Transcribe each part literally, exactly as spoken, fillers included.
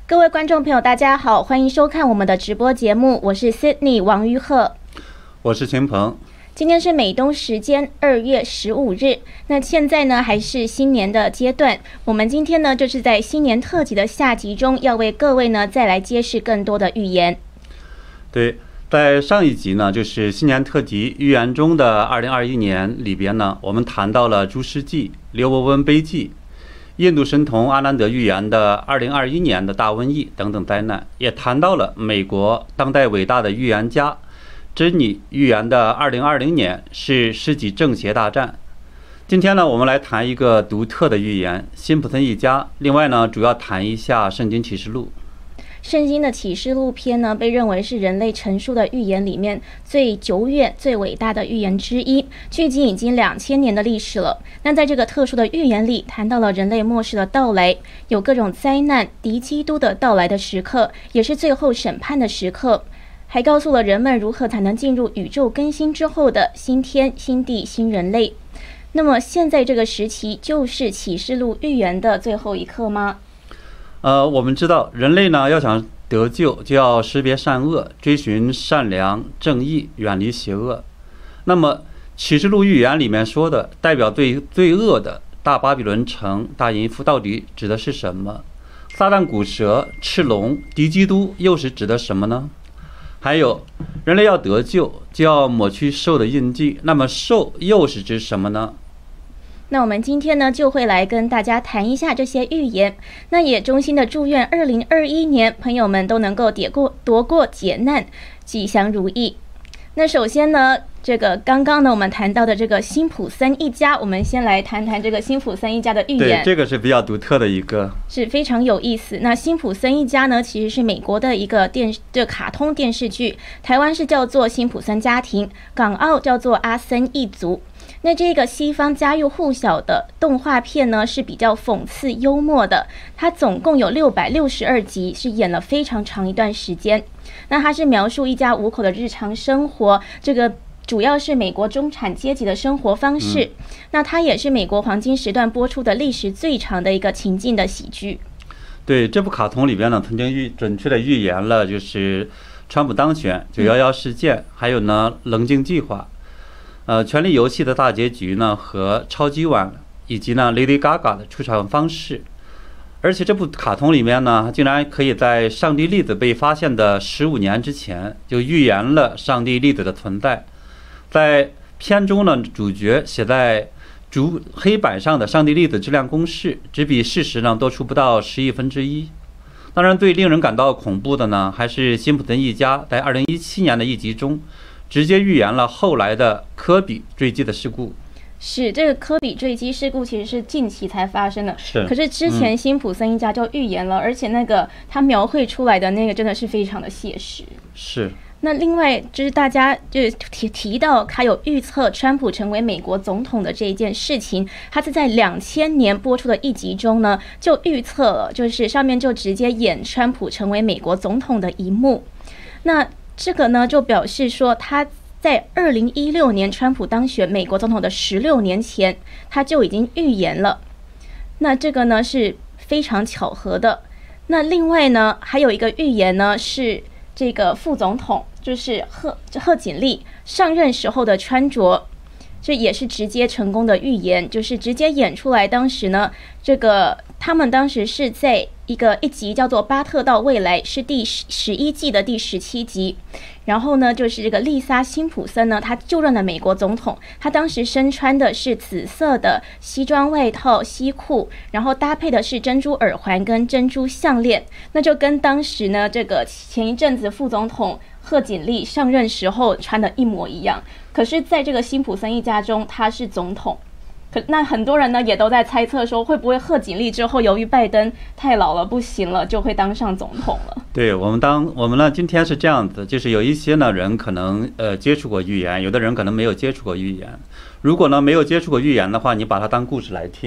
各位观众朋友，大家好，欢迎收看我们的直播节目，我是 Sydney 王玉鹤， 我是秦鹏。 今天是美东时间二月十五日，那现在呢还是新年的阶段，我们今天呢就是在新年特辑的下集中，要为各位呢再来揭示更多的预言。 对，在上一集呢，就是新年特辑预言中的二零二一年里边呢，我们谈到了诸世纪、刘伯温悲剧、印度神童阿南德预言的二零二一年的大瘟疫等等灾难，也谈到了美国当代伟大的预言家珍妮预言的二零二零年是世纪政邪大战。今天呢，我们来谈一个独特的预言，辛普森一家。另外呢，主要谈一下圣经启示录。 圣经的启示录篇呢，被认为是人类陈述的预言里面最久远、最伟大的预言之一，距今已经两千年的历史了。那在这个特殊的预言里，谈到了人类末世的到来，有各种灾难、敌基督的到来的时刻，也是最后审判的时刻，还告诉了人们如何才能进入宇宙更新之后的新天、新地、新人类。那么现在这个时期就是启示录预言的最后一刻吗？ 呃，我们知道人类呢要想得救，就要识别善恶，追寻善良正义，远离邪恶。那么启示录预言里面说的代表最罪恶的大巴比伦城、大淫妇到底指的是什么？撒旦、古蛇、赤龙、敌基督又是指的什么呢？还有人类要得救就要抹去兽的印记，那么兽又是指什么呢？ 那我们今天呢就会来跟大家谈一下这些预言，那也衷心的祝愿二零二一年朋友们都能够躲过躲过劫难，吉祥如意。那首先呢，这个刚刚呢我们谈到的这个辛普森一家，我们先来谈谈这个辛普森一家的预言。 对，这个是比较独特的一个， 是非常有意思。那辛普森一家呢，其实是美国的一个电这个卡通电视剧，台湾是叫做辛普森家庭，港澳叫做阿森一族。那这个西方家喻户晓的动画片呢，是比较讽刺幽默的，它总共有六百六十二集，是演了非常长一段时间。那它是描述一家五口的日常生活，这个主要是美国中产阶级的生活方式。嗯、那它也是美国黄金时段播出的历时最长的一个情境的喜剧。 对，这部卡通里边呢，曾经预准确的预言了就是川普当选、九一一事件，嗯、还有呢棱镜计划。呃，权力游戏的大结局呢，和超级碗以及呢 Lady Gaga 的出场方式，而且这部卡通里面呢，竟然可以在上帝粒子被发现的十五年之前就预言了上帝粒子的存在。在片中呢，主角写在主黑板上的上帝粒子质量公式，只比事实呢多出不到十亿分之一。当然，最令人感到恐怖的呢，还是辛普森一家在二零一七年的一集中。直接预言了后来的科比坠机的事故。 是，这个科比坠机事故其实是近期才发生的， 是。 可是之前辛普森一家就预言了，嗯、而且那个他描绘出来的那个真的是非常的写实。 是。 那另外就是大家就提提到他有预测川普成为美国总统的这一件事情，他是在两千年播出的一集中呢就预测了，就是上面就直接演川普成为美国总统的一幕。那这个呢，就表示说他在二零一六年川普当选美国总统的十六年前，他就已经预言了。那这个呢是非常巧合的。那另外呢，还有一个预言呢，是这个副总统，就是贺贺锦丽上任时候的穿着，这也是直接成功的预言，就是直接演出来。当时呢，这个他们当时是在一个一集叫做《巴特到未来》，是第十一季的第十七集。然后呢，就是这个丽莎辛普森呢，她就任了美国总统。她当时身穿的是紫色的西装外套、西裤，然后搭配的是珍珠耳环跟珍珠项链。那就跟当时呢，这个前一阵子副总统贺锦丽上任时候穿的一模一样。可是，在这个辛普森一家中，他是总统。可那很多人呢也都在猜测说，会不会贺锦丽之后由于拜登太老了不行了，就会当上总统了？ 对，我们当我们呢今天是这样子，就是有一些呢人可能呃接触过预言，有的人可能没有接触过预言。如果呢没有接触过预言的话，你把它当故事来听。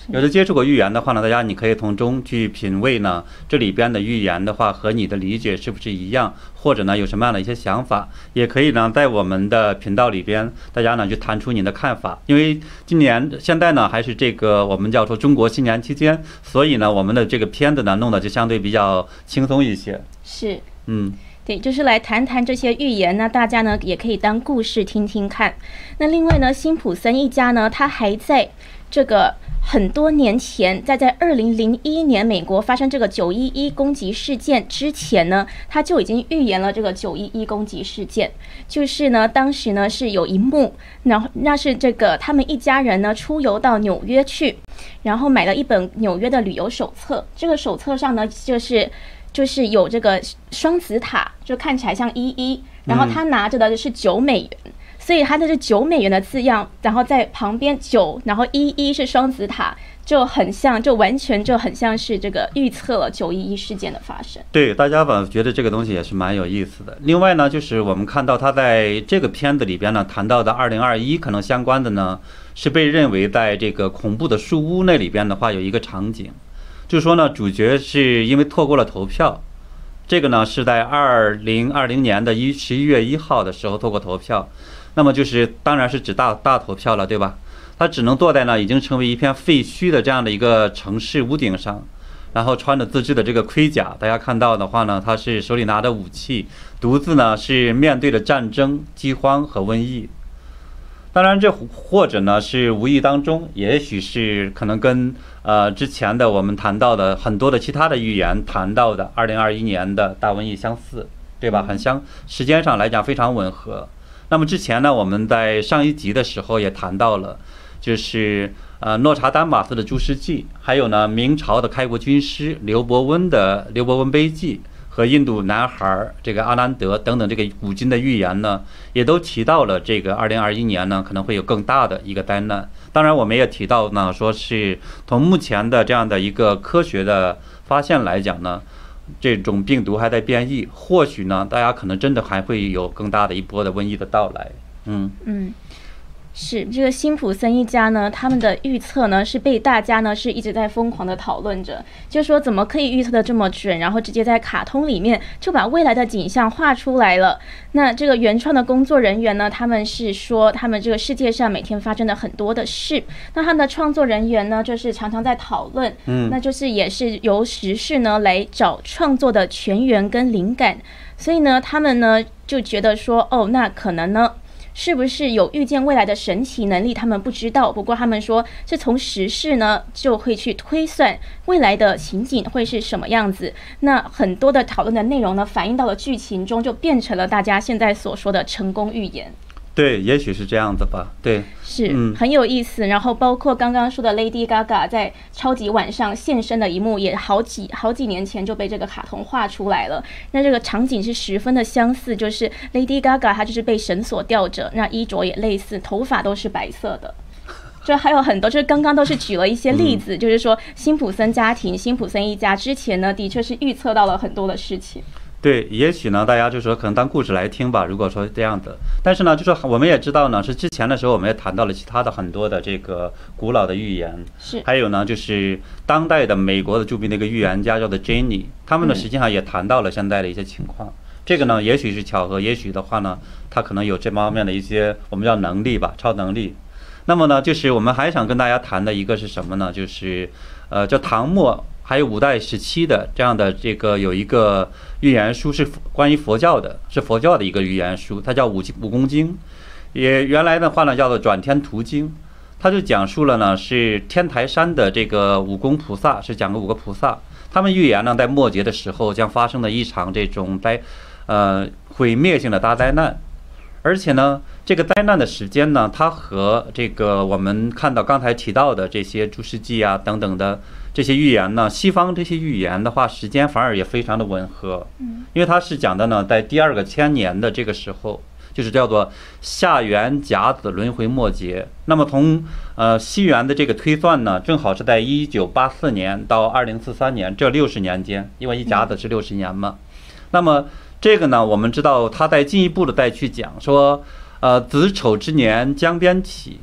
有的接触过预言的话呢，大家你可以从中去品味呢，这里边的预言的话和你的理解是不是一样，或者呢有什么样的一些想法，也可以呢在我们的频道里边，大家呢去谈出你的看法。因为今年现在呢还是这个我们叫做中国新年期间，所以呢我们的这个片子呢弄得就相对比较轻松一些。 是， 嗯。 对，就是来谈谈这些预言呢，大家呢也可以当故事听听看。那另外呢，辛普森一家呢，他还在这个很多年前，在在二零零一年美国发生这个九一一攻击事件之前呢，他就已经预言了这个九一一攻击事件。就是呢，当时呢是有一幕，然后那是这个他们一家人呢出游到纽约去，然后买了一本纽约的旅游手册。这个手册上呢，就是。就是有这个双子塔，就看起来像一一，然后他拿着的是九美元，嗯、所以他的是九美元的字样，然后在旁边九，然后一一是双子塔，就很像，就完全就很像是这个预测了九一一事件的发生。 对，大家吧觉得这个东西也是蛮有意思的。另外呢，就是我们看到他在这个片子里边呢谈到的二零二一可能相关的呢，是被认为在这个恐怖的树屋那里边的话有一个场景。就是说呢，主角是因为错过了投票，这个呢是在二零二零年的一十一月一号的时候错过投票，那么就是当然是指大大投票了，对吧？他只能坐在呢已经成为一片废墟的这样的一个城市屋顶上，然后穿着自制的这个盔甲，大家看到的话呢，他是手里拿着武器，独自呢是面对着战争、饥荒和瘟疫。当然，这或者呢是无意当中，也许是可能跟呃之前的我们谈到的很多的其他的预言谈到的二零二一年的大瘟疫相似，对吧？很相，时间上来讲非常吻合。那么之前呢，我们在上一集的时候也谈到了，就是呃诺查丹马斯的诸事记，还有呢明朝的开国军师刘伯温的刘伯温碑记。和印度男孩这个阿南德等等这个古今的预言呢，也都提到了这个二零二一年呢可能会有更大的一个灾难。当然，我们也提到呢，说是从目前的这样的一个科学的发现来讲呢，这种病毒还在变异，或许呢，大家可能真的还会有更大的一波的瘟疫的到来。嗯嗯。 是这个辛普森一家呢，他们的预测呢是被大家呢是一直在疯狂的讨论着，就说怎么可以预测的这么准，然后直接在卡通里面就把未来的景象画出来了。那这个原创的工作人员呢，他们是说他们这个世界上每天发生的很多的事，那他们的创作人员呢就是常常在讨论，嗯，那就是也是由时事呢来找创作的泉源跟灵感，所以呢他们呢就觉得说，哦，那可能呢是不是有预见未来的神奇能力？他们不知道。不过他们说，是从时事呢就会去推算未来的情景会是什么样子。那很多的讨论的内容呢，反映到了剧情中，就变成了大家现在所说的成功预言。 对，也许是这样子吧。对， 是、嗯、很有意思。然后包括刚刚说的 Lady Gaga 在超级晚上现身的一幕，也好几好几年前就被这个卡通画出来了。那这个场景是十分的相似，就是 Lady Gaga 她就是被绳索吊着，那衣着也类似，头发都是白色的。就还有很多，就是刚刚都是举了一些例子，嗯、就是说辛普森家庭、辛普森一家之前呢，的确是预测到了很多的事情。 对，也许呢，大家就说可能当故事来听吧。如果说这样子，但是呢，就说我们也知道呢，是之前的时候我们也谈到了其他的很多的这个古老的预言， 是还有呢，就是当代的美国的著名的一个预言家叫做 Jenny， 他们呢实际上也谈到了现在的一些情况。嗯、这个呢，也许是巧合，也许的话呢，他可能有这方面的一些我们叫能力吧，超能力。那么呢，就是我们还想跟大家谈的一个是什么呢？就是呃，叫唐末。还有五代时期的这样的这个有一个预言书是关于佛教的，是佛教的一个预言书，它叫五五功经，也原来的话呢叫做转天图经，它就讲述了呢是天台山的这个五功菩萨，是讲个五个菩萨，他们预言呢在末节的时候将发生的一场这种灾呃毁灭性的大灾难，而且呢这个灾难的时间呢，它和这个我们看到刚才提到的这些诸事记啊等等的这些预言呢，西方这些预言的话，时间反而也非常的吻合，因为它是讲的呢，在第二个千年的这个时候，就是叫做夏元甲子轮回末节。那么从呃西元的这个推算呢，正好是在一九八四年到二零四三年这六十年间，因为一甲子是六十年嘛。那么这个呢，我们知道他在进一步的再去讲说，呃子丑之年江边起。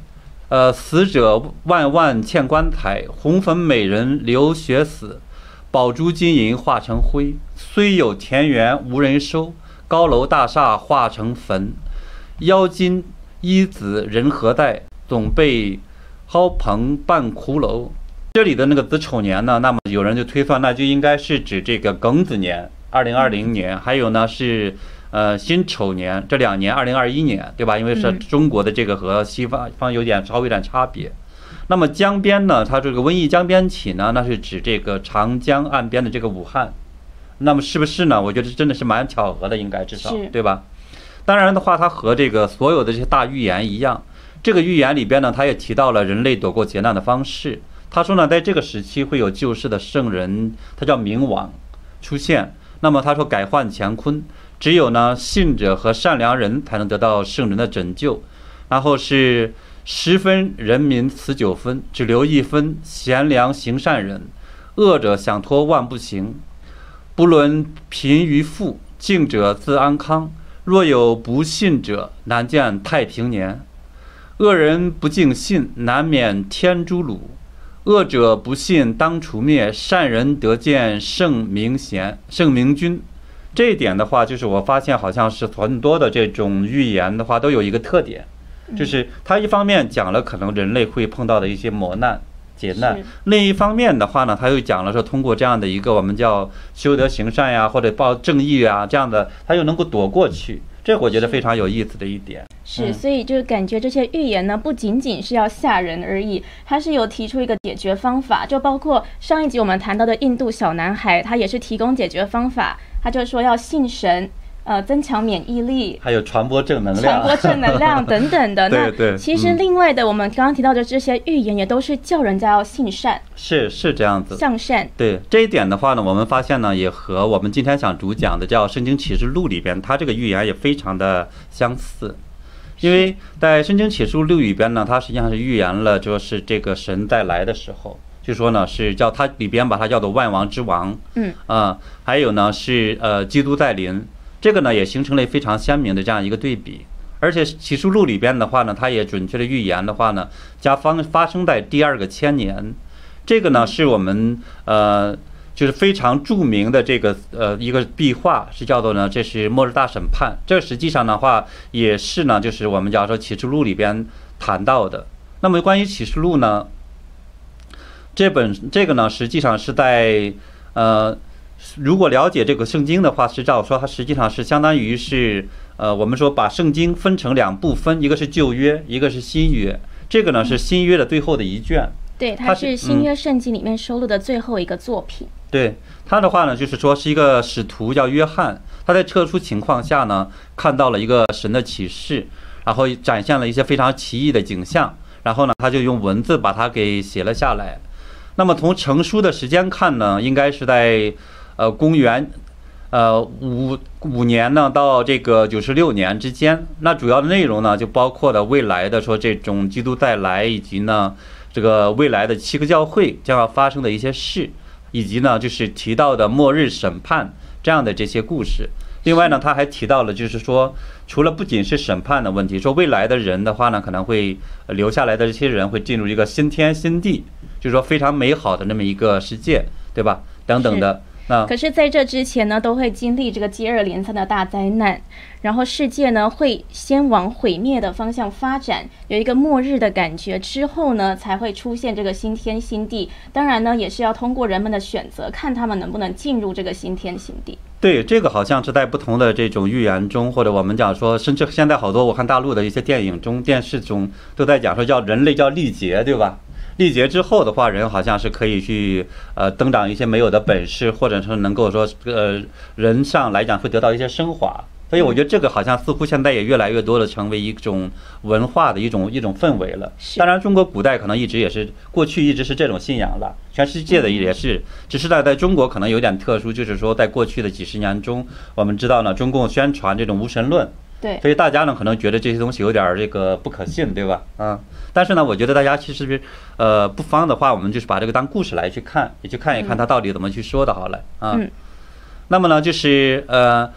呃，死者万万嵌棺材，红粉美人流血死，宝珠金银化成灰。虽有田园无人收，高楼大厦化成坟。妖金衣子人何待？总被蒿棚半骷髅。这里的那个子丑年呢，那么有人就推算，那就应该是指这个庚子年二零二零年，还有呢是呃辛丑年这两年二零二一年，对吧？因为是中国的这个和西方方有点稍微有点差别。那么江边呢，它这个瘟疫江边起呢，那是指这个长江岸边的这个武汉。那么是不是呢？我觉得真的是蛮巧合的，应该至少对吧？当然的话，它和这个所有的这些大预言一样，这个预言里边呢，它也提到了人类躲过劫难的方式。他说呢，在这个时期会有救世的圣人，他叫冥王出现。那么他说改换乾坤，只有呢信者和善良人才能得到圣人的拯救。然后是十分人民死九分，只留一分贤良行善人。恶者想脱万不行，不论贫与富，敬者自安康。若有不信者，难见太平年。恶人不敬信，难免天诛戮。恶者不信当除灭，善人得见圣明贤圣明君。这一点的话，就是我发现好像是很多的这种预言的话都有一个特点，就是它一方面讲了可能人类会碰到的一些磨难劫难，另一方面的话呢，他又讲了说通过这样的一个我们叫修德行善呀，或者报正义啊这样的，他又能够躲过去。这我觉得非常有意思的一点是，所以就是感觉这些预言呢，不仅仅是要吓人而已，它是有提出一个解决方法，就包括上一集我们谈到的印度小男孩，他也是提供解决方法，他就说要信神。呃，增强免疫力， 还有传播正能量、 传播正能量等等的。 对对。 那其实另外的，我们刚刚提到的这些预言，也都是叫人家要信善， 是是这样子， 向善。 对这一点的话呢，我们发现呢，也和我们今天想主讲的叫《圣经启示录》里边，它这个预言也非常的相似。因为在《圣经启示录》里边呢，它实际上是预言了，就是这个神再来的时候。就说呢，是叫它里边把它叫做万王之王， 嗯啊、呃，还有呢是呃基督再临。这个呢也形成了非常鲜明的这样一个对比，而且启示录里边的话呢，它也准确的预言的话呢，将发发生在第二个千年。这个呢是我们呃就是非常著名的这个呃一个壁画，是叫做呢这是末日大审判。这实际上的话也是呢就是我们叫说启示录里边谈到的。那么关于启示录呢，这本这个呢实际上是在呃。如果了解这个圣经的话，是照说它实际上是相当于是，呃，我们说把圣经分成两部分，一个是旧约，一个是新约。这个呢是新约的最后的一卷， 对，它是新约圣经里面收录的最后一个作品。 嗯、对它的话呢，就是说是一个使徒叫约翰，他在特殊情况下呢，看到了一个神的启示，然后展现了一些非常奇异的景象，然后呢，他就用文字把它给写了下来。那么从成书的时间看呢，应该是在。呃，公元，呃五五年呢到这个九十六年之间，那主要的内容呢就包括了未来的说这种基督再来，以及呢这个未来的七个教会将要发生的一些事，以及呢就是提到的末日审判这样的这些故事。另外呢，他还提到了就是说，除了不仅是审判的问题，说未来的人的话呢，可能会留下来的这些人会进入一个新天新地，就是说非常美好的那么一个世界，对吧？等等的。 可是在这之前呢，都会经历这个接二连三的大灾难，然后世界呢会先往毁灭的方向发展，有一个末日的感觉，之后呢才会出现这个新天新地。当然呢，也是要通过人们的选择，看他们能不能进入这个新天新地。 对，这个好像是在不同的这种预言中，或者我们讲说，甚至现在好多我看大陆的一些电影中、电视中都在讲说，叫人类叫历劫，对吧？历劫之后的话，人好像是可以去呃增长一些没有的本事，或者是能够说呃人上来讲会得到一些升华。所以我觉得这个好像似乎现在也越来越多的成为一种文化的一种一种氛围了。当然，中国古代可能一直也是过去一直是这种信仰了，全世界的也是，只是在在中国可能有点特殊，就是说在过去的几十年中，我们知道呢，中共宣传这种无神论。 对， 所以大家呢可能觉得这些东西有点这个不可信，对吧？啊，但是呢，我觉得大家其实呃不妨的话，我们就是把这个当故事来去看，也去看一看他到底怎么去说的，好了啊。 嗯。 那么呢，就是呃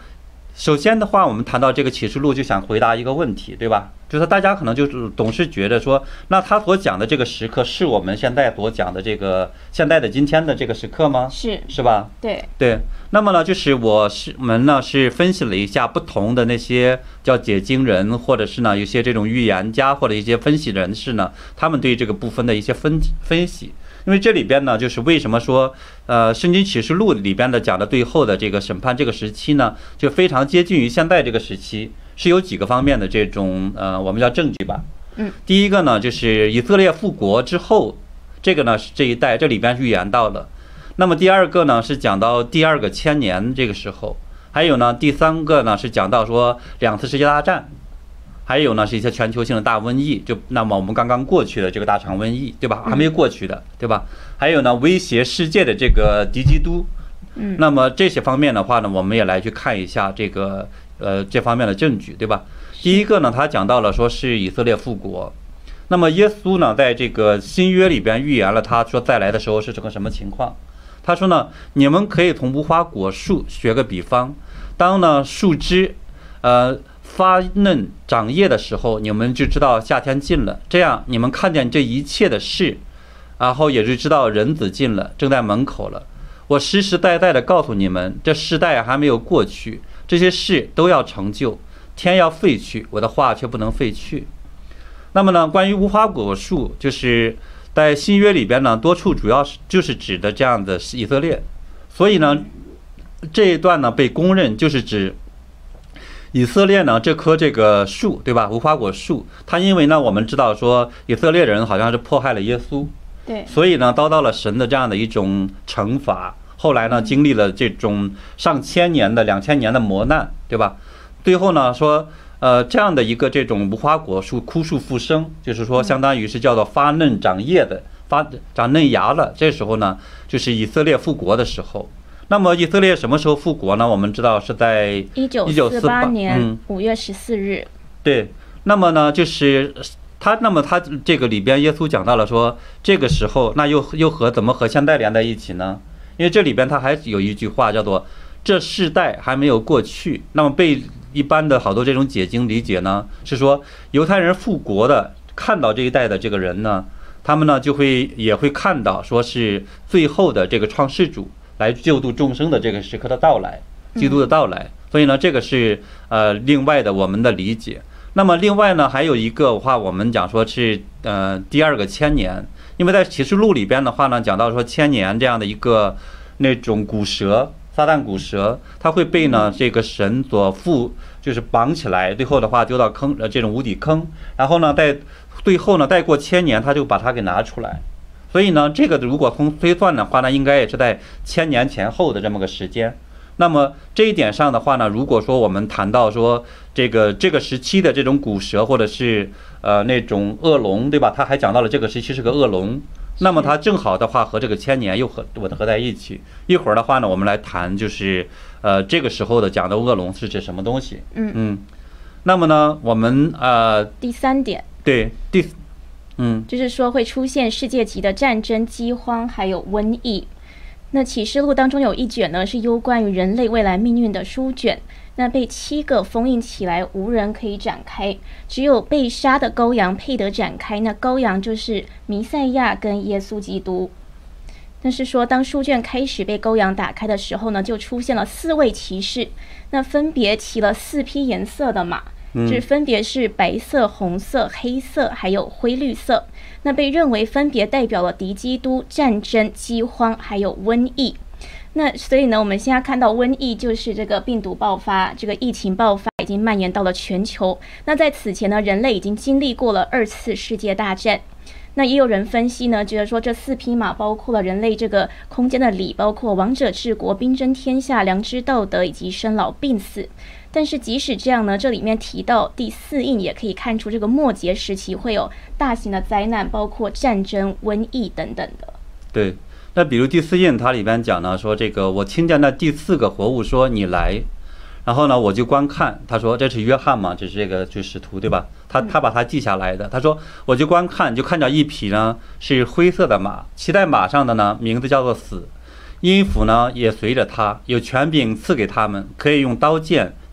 首先的话，我们谈到这个启示录，就想回答一个问题，对吧？就是大家可能就是总是觉得说，那他所讲的这个时刻是我们现在所讲的这个现在的今天的这个时刻吗？ 是是吧？ 对对。那么呢，就是我是我们呢是分析了一下不同的那些叫解经人，或者是呢有些这种预言家或者一些分析人士呢，他们对这个部分的一些分分析。因为这里边呢，就是为什么说，呃，《圣经启示录》里边的讲的最后的这个审判这个时期呢，就非常接近于现在这个时期，是有几个方面的这种呃，我们叫证据吧。 嗯。 第一个呢，就是以色列复国之后，这个呢是这一代，这里边预言到了。那么第二个呢是讲到第二个千年这个时候，还有呢第三个呢是讲到说两次世界大战。还有呢，是一些全球性的大瘟疫，就那么我们刚刚过去的这个大肠瘟疫，对吧？还没过去的，对吧？还有呢，威胁世界的这个敌基督。 嗯， 那么这些方面的话呢，我们也来去看一下这个呃这方面的证据，对吧？第一个呢，他讲到了说是以色列复国。那么耶稣呢，在这个新约里边预言了，他说再来的时候是这个什么情况？他说呢，你们可以从无花果树学个比方，当呢树枝，呃。发嫩长叶的时候，你们就知道夏天近了。这样，你们看见这一切的事，然后也就知道人子近了，正在门口了。我实实在在的告诉你们，这世代还没有过去，这些事都要成就。天要废去，我的话却不能废去。那么呢，关于无花果树，就是在新约里边呢，多处主要是就是指的这样的以色列。所以呢，这一段呢被公认就是指。以色列呢，这棵这个树，对吧？无花果树，它因为呢，我们知道说以色列人好像是迫害了耶稣， 对， 所以呢，遭到了神的这样的一种惩罚。后来呢，经历了这种上千年的、两千年的磨难，对吧？最后呢，说呃，这样的一个这种无花果树枯树复生，就是说，相当于是叫做发嫩长叶的，发长嫩芽了。这时候呢，就是以色列复国的时候。那么以色列什么时候复国呢？我们知道是在一九四八年五月十四日。 对，那么呢，就是他，那么他这个里边耶稣讲到了说，这个时候那又又和怎么和现代连在一起呢？因为这里边他还有一句话叫做“这世代还没有过去”。那么被一般的好多这种解经理解呢，是说犹太人复国的看到这一代的这个人呢，他们呢就会也会看到说是最后的这个创世主。来救度众生的这个时刻的到来，基督的到来，所以呢，这个是呃另外的我们的理解。那么另外呢，还有一个话，我们讲说是呃第二个千年，因为在启示录里边的话呢，讲到说千年这样的一个那种古蛇，撒旦古蛇，它会被呢这个神所附，就是绑起来，最后的话丢到坑呃这种无底坑，然后呢在最后呢再过千年，他就把它给拿出来。所以呢，这个如果从推算的话呢，应该也是在千年前后的这么个时间。那么这一点上的话呢，如果说我们谈到说这个这个时期的这种古蛇或者是呃那种恶龙，对吧？他还讲到了这个时期是个恶龙，那么它正好的话和这个千年又合吻合在一起。一会儿的话呢，我们来谈就是呃这个时候的讲的恶龙是指什么东西？ 嗯嗯。那么呢，我们呃第三点， 对第。嗯， 就是说会出现世界级的战争、饥荒，还有瘟疫。那启示录当中有一卷呢，是有关于人类未来命运的书卷。那被七个封印起来，无人可以展开，只有被杀的羔羊配得展开。那羔羊就是弥赛亚跟耶稣基督。但是说，当书卷开始被羔羊打开的时候呢，就出现了四位骑士，那分别骑了四匹颜色的马。这分别是白色、红色、黑色，还有灰绿色。那被认为分别代表了敌基督、战争、饥荒，还有瘟疫。那所以呢，我们现在看到瘟疫就是这个病毒爆发，这个疫情爆发已经蔓延到了全球。那在此前呢，人类已经经历过了二次世界大战。那也有人分析呢，觉得说这四匹马包括了人类这个空间的理，包括王者治国、兵争天下、良知道德以及生老病死。但是即使这样呢，这里面提到第四印，也可以看出这个末节时期会有大型的灾难，包括战争、瘟疫等等的。 对，那比如第四印，它里边讲呢，说这个我听见那第四个活物说你来，然后呢我就观看，他说这是约翰嘛，这是这个就使徒对吧？他他把它记下来的，他说我就观看，就看着一匹呢是灰色的马，骑在马上的呢名字叫做死，音符呢也随着他，有权柄赐给他们，可以用刀剑。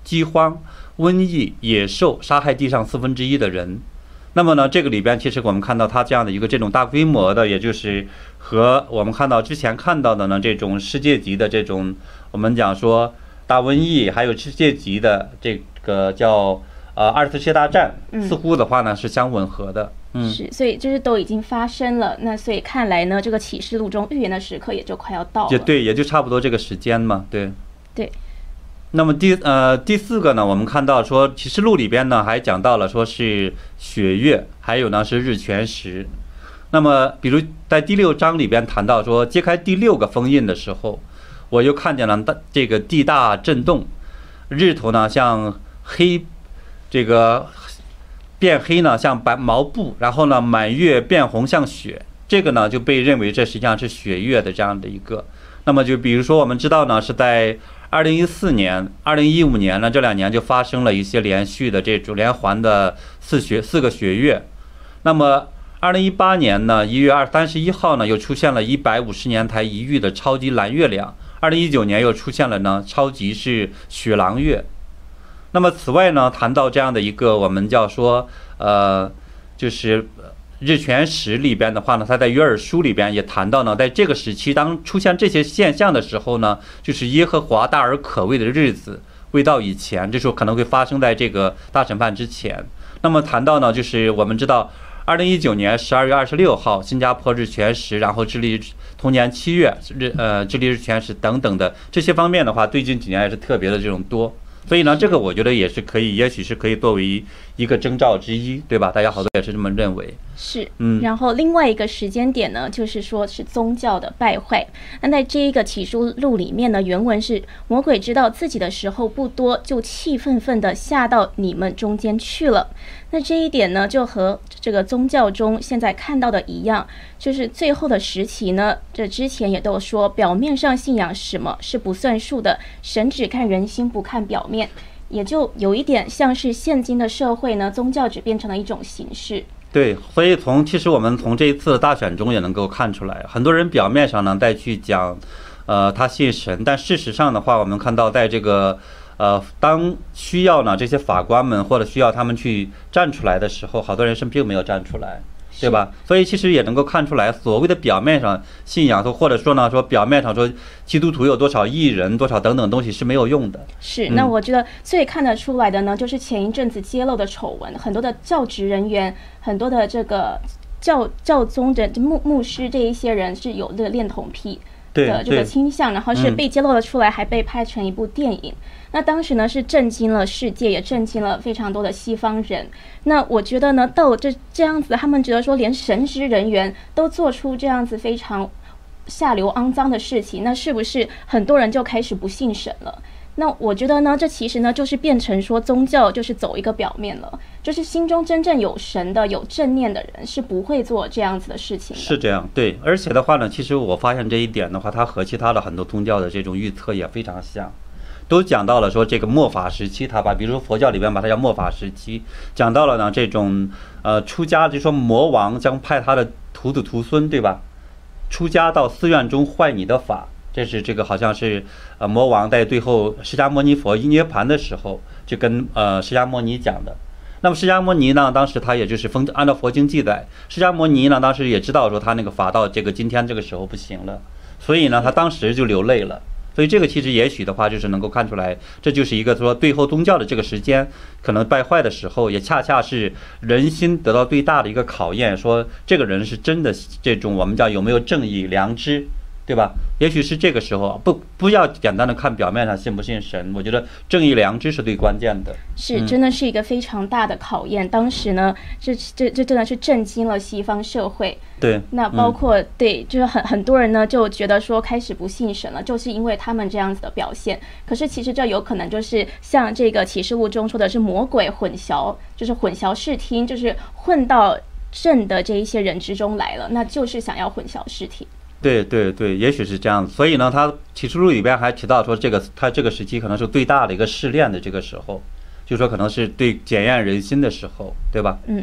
饥荒、瘟疫、野兽杀害地上四分之一的人。那么呢，这个里边其实我们看到它这样的一个这种大规模的，也就是和我们看到之前看到的呢这种世界级的这种我们讲说大瘟疫，还有世界级的这个叫呃二次世界大战，似乎的话呢是相吻合的。嗯， 是，所以就是都已经发生了。那所以看来呢，这个启示录中预言的时刻也就快要到了。 对，也就差不多这个时间嘛。对。 对。 那么第呃第四个呢，我们看到说启示录里边呢还讲到了说是血月，还有呢是日全食。那么比如在第六章里边谈到说揭开第六个封印的时候，我又看见了这个地大震动，日头呢像黑这个变黑呢像白毛布，然后呢满月变红像雪，这个呢就被认为这实际上是血月的这样的一个。那么就比如说我们知道呢是在二零一四年、二零一五年呢，这两年就发生了一些连续的这种连环的四学四个学月。那么二零一八年呢，一月二三十一号呢，又出现了一百五十年才一遇的超级蓝月亮。二零一九年又出现了呢超级是雪狼月。那么此外呢，谈到这样的一个我们叫说呃，就是日全食里边的话呢，他在约珥书里边也谈到呢，在这个时期当出现这些现象的时候呢，就是耶和华大而可畏的日子未到以前，这时候可能会发生在这个大审判之前。那么谈到呢，就是我们知道二零一九年十二月二十六号新加坡日全食，然后智利同年七月日呃智利日全食等等的这些方面的话，最近几年也是特别的这种多。所以呢，这个我觉得也是可以，也许是可以作为一个征兆之一，对吧？大家好多也是这么认为。 是，嗯。然后另外一个时间点呢，就是说是宗教的败坏。那在这一个启示录里面呢，原文是魔鬼知道自己的时候不多，就气愤愤地下到你们中间去了。那这一点呢，就和这个宗教中现在看到的一样，就是最后的时期呢，这之前也都说，表面上信仰什么是不算数的，神只看人心不看表面，也就有一点像是现今的社会呢，宗教只变成了一种形式。 对，所以从其实我们从这一次的大选中也能够看出来，很多人表面上呢再去讲，呃，他信神，但事实上的话，我们看到在这个。呃，当需要呢这些法官们或者需要他们去站出来的时候，好多人是并没有站出来，对吧？所以其实也能够看出来，所谓的表面上信仰，或者说呢，说表面上说基督徒有多少艺人、多少等等东西是没有用的。 是，那我觉得最看得出来的呢，就是前一阵子揭露的丑闻，很多的教职人员，很多的这个教教宗的牧牧师这一些人是有这个恋童癖的这个倾向，然后是被揭露了出来，还被拍成一部电影。那当时呢是震惊了世界，也震惊了非常多的西方人。那我觉得呢，到这这样子，他们觉得说连神职人员都做出这样子非常下流肮脏的事情，那是不是很多人就开始不信神了？那我觉得呢，这其实呢就是变成说宗教就是走一个表面了，就是心中真正有神的、有正念的人是不会做这样子的事情的。 是这样，对。而且的话呢，其实我发现这一点的话，它和其他的很多宗教的这种预测也非常像。都讲到了说这个末法时期，他把比如说佛教里边把它叫末法时期，讲到了呢这种呃出家，就说魔王将派他的徒子徒孙，对吧？出家到寺院中坏你的法，这是这个好像是呃魔王在最后释迦牟尼佛涅盘的时候就跟呃释迦牟尼讲的。那么释迦牟尼呢，当时他也就是封按照佛经记载，释迦牟尼呢当时也知道说他那个法到这个今天这个时候不行了，所以呢他当时就流泪了。所以这个其实也许的话，就是能够看出来，这就是一个说最后宗教的这个时间可能败坏的时候，也恰恰是人心得到最大的一个考验，说这个人是真的这种我们叫有没有正义良知，对吧？也许是这个时候，不不要简单的看表面上信不信神，我觉得正义良知是最关键的。 是，真的是一个非常大的考验。嗯、当时呢，这这这真的是震惊了西方社会。 对， 那包括、嗯、对，就是很很多人呢就觉得说开始不信神了，就是因为他们这样子的表现。可是其实这有可能就是像这个启示录中说的是魔鬼混淆，就是混淆视听，就是混到正的这一些人之中来了，那就是想要混淆视听。 对对对，也许是这样子。所以呢，他启示录里边还提到说，这个他这个时期可能是最大的一个试炼的这个时候，就说可能是对检验人心的时候，对吧？ 嗯。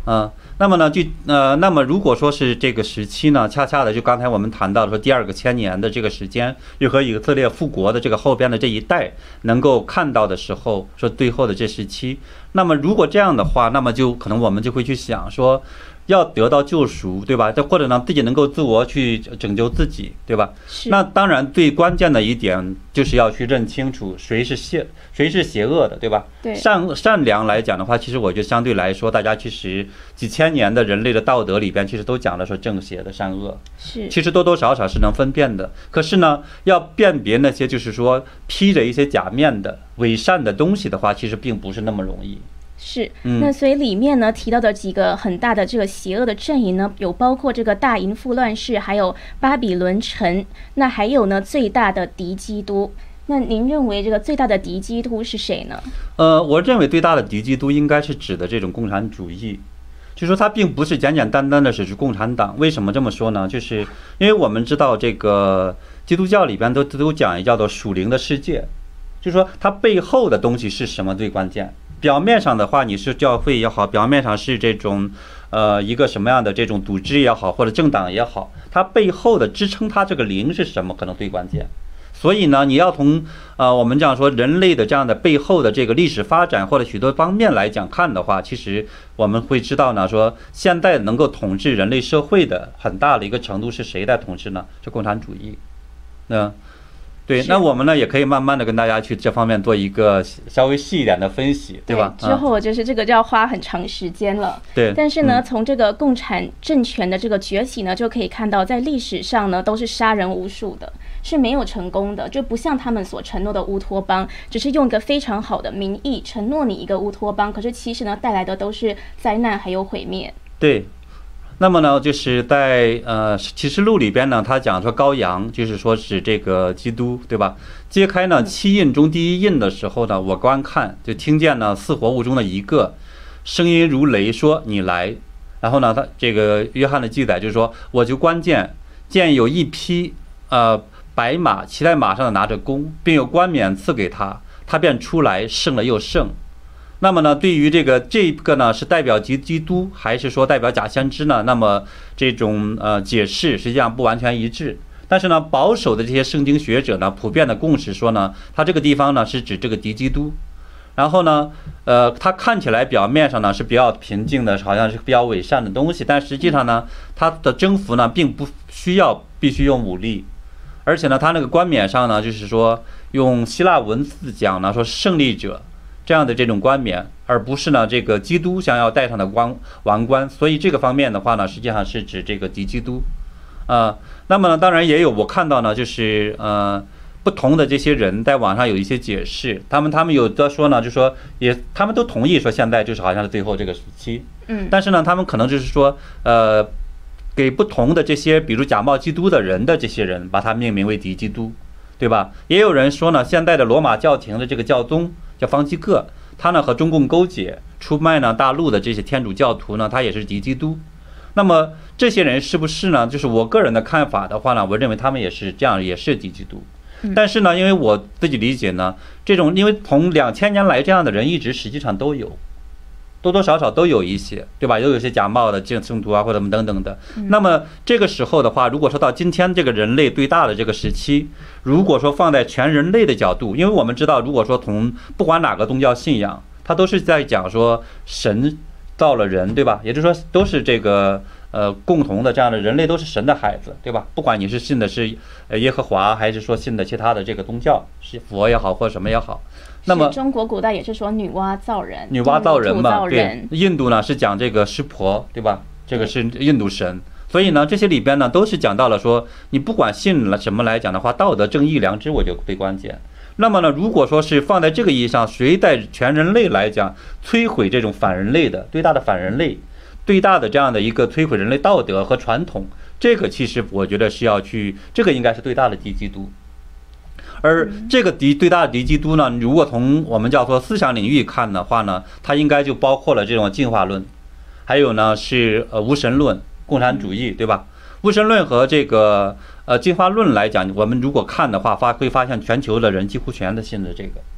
嗯，那么呢，就呃，那么如果说是这个时期呢，恰恰的就刚才我们谈到说第二个千年的这个时间，又和以色列复国的这个后边的这一代能够看到的时候，说最后的这时期，那么如果这样的话，那么就可能我们就会去想说，要得到救赎，对吧？这或者呢，自己能够自我去拯救自己，对吧？那当然，最关键的一点就是要去认清楚谁是邪，谁是邪恶的，对吧？ 对。 善善良来讲的话，其实我觉得相对来说，大家其实几千年的人类的道德里边，其实都讲了说正邪的善恶， 是。 其实多多少少是能分辨的。可是呢，要辨别那些就是说披着一些假面的伪善的东西的话，其实并不是那么容易。 是，那所以里面呢提到的几个很大的这个邪恶的阵营呢，有包括这个大淫妇乱世，还有巴比伦城，那还有呢最大的敌基督。那您认为这个最大的敌基督是谁呢？ 呃，我认为最大的敌基督应该是指的这种共产主义，就说它并不是简简单单的是指共产党。为什么这么说呢？就是因为我们知道这个基督教里边都都讲叫做属灵的世界，就是说它背后的东西是什么最关键。表面上的话，你是教会也好，表面上是这种，呃，一个什么样的这种组织也好，或者政党也好，它背后的支撑它这个灵是什么，可能最关键。所以呢，你要从呃我们这样说人类的这样的背后的这个历史发展或者许多方面来讲看的话，其实我们会知道呢，说现在能够统治人类社会的很大的一个程度是谁在统治呢？是共产主义。那对，那我们呢也可以慢慢的跟大家去这方面做一个稍微细一点的分析，对吧？ 之后就是这个就要花很长时间了。 对。 但是呢，从这个共产政权的这个崛起呢，就可以看到，在历史上呢都是杀人无数的，是没有成功的，就不像他们所承诺的乌托邦，只是用一个非常好的名义承诺你一个乌托邦，可是其实呢带来的都是灾难还有毁灭。 对。那么呢，就是在呃启示录里边呢，他讲说羔羊，就是说指这个基督，对吧？揭开呢七印中第一印的时候呢，我观看就听见呢四活物中的一个声音如雷说：“你来。”然后呢，他这个约翰的记载就是说，我就观见见有一匹呃白马，骑在马上的拿着弓，并有冠冕赐给他，他便出来胜了又胜。那么呢，对于这个这个呢是代表基基督还是说代表假先知呢？那么这种呃解释实际上不完全一致。但是呢，保守的这些圣经学者呢，普遍的共识说呢，它这个地方呢是指这个敌基督。然后呢，呃，它看起来表面上呢是比较平静的，好像是比较伪善的东西，但实际上呢，它的征服呢并不需要必须用武力，而且呢，它那个冠冕上呢，就是说用希腊文字讲呢，说胜利者。这样的这种冠冕，而不是呢这个基督想要戴上的王王冠，所以这个方面的话呢，实际上是指这个敌基督，呃，那么呢，当然也有我看到呢，就是呃不同的这些人在网上有一些解释，他们他们有的说呢，就说也他们都同意说现在就是好像是最后这个时期， 嗯， 但是呢，他们可能就是说呃给不同的这些比如假冒基督的人的这些人，把它命名为敌基督，对吧？也有人说呢，现在的罗马教廷的这个教宗。叫方济各，他呢和中共勾结，出卖呢大陆的这些天主教徒呢，他也是敌基督。那么这些人是不是呢？就是我个人的看法的话呢，我认为他们也是这样，也是敌基督。但是呢，因为我自己理解呢，这种因为从两千年来这样的人一直实际上都有，多多少少都有一些，对吧？又有些假冒的圣徒啊，或者等等的。那么这个时候的话，如果说到今天这个人类最大的这个时期，如果说放在全人类的角度，因为我们知道，如果说从不管哪个宗教信仰，它都是在讲说神造了人，对吧？也就是说都是这个呃共同的这样的人类都是神的孩子，对吧？不管你是信的是耶和华，还是说信的其他的这个宗教，是佛也好或什么也好。那么中国古代也是说女娲造人， 女娲造人嘛，对。印度呢是讲这个湿婆，对吧？这个是印度神。所以呢，这些里边呢都是讲到了说，你不管信了什么来讲的话，道德、正义、良知，我觉得最关键。那么呢，如果说是放在这个意义上，谁在全人类来讲摧毁这种反人类的最大的反人类、最大的这样的一个摧毁人类道德和传统，这个其实我觉得是要去，这个应该是最大的敌基督。而这个敌最大的敌基督呢，如果从我们叫做思想领域看的话呢，它应该就包括了这种进化论，还有呢是呃无神论、共产主义，对吧？无神论和这个呃进化论来讲，我们如果看的话，发会发现全球的人几乎全都信的这个。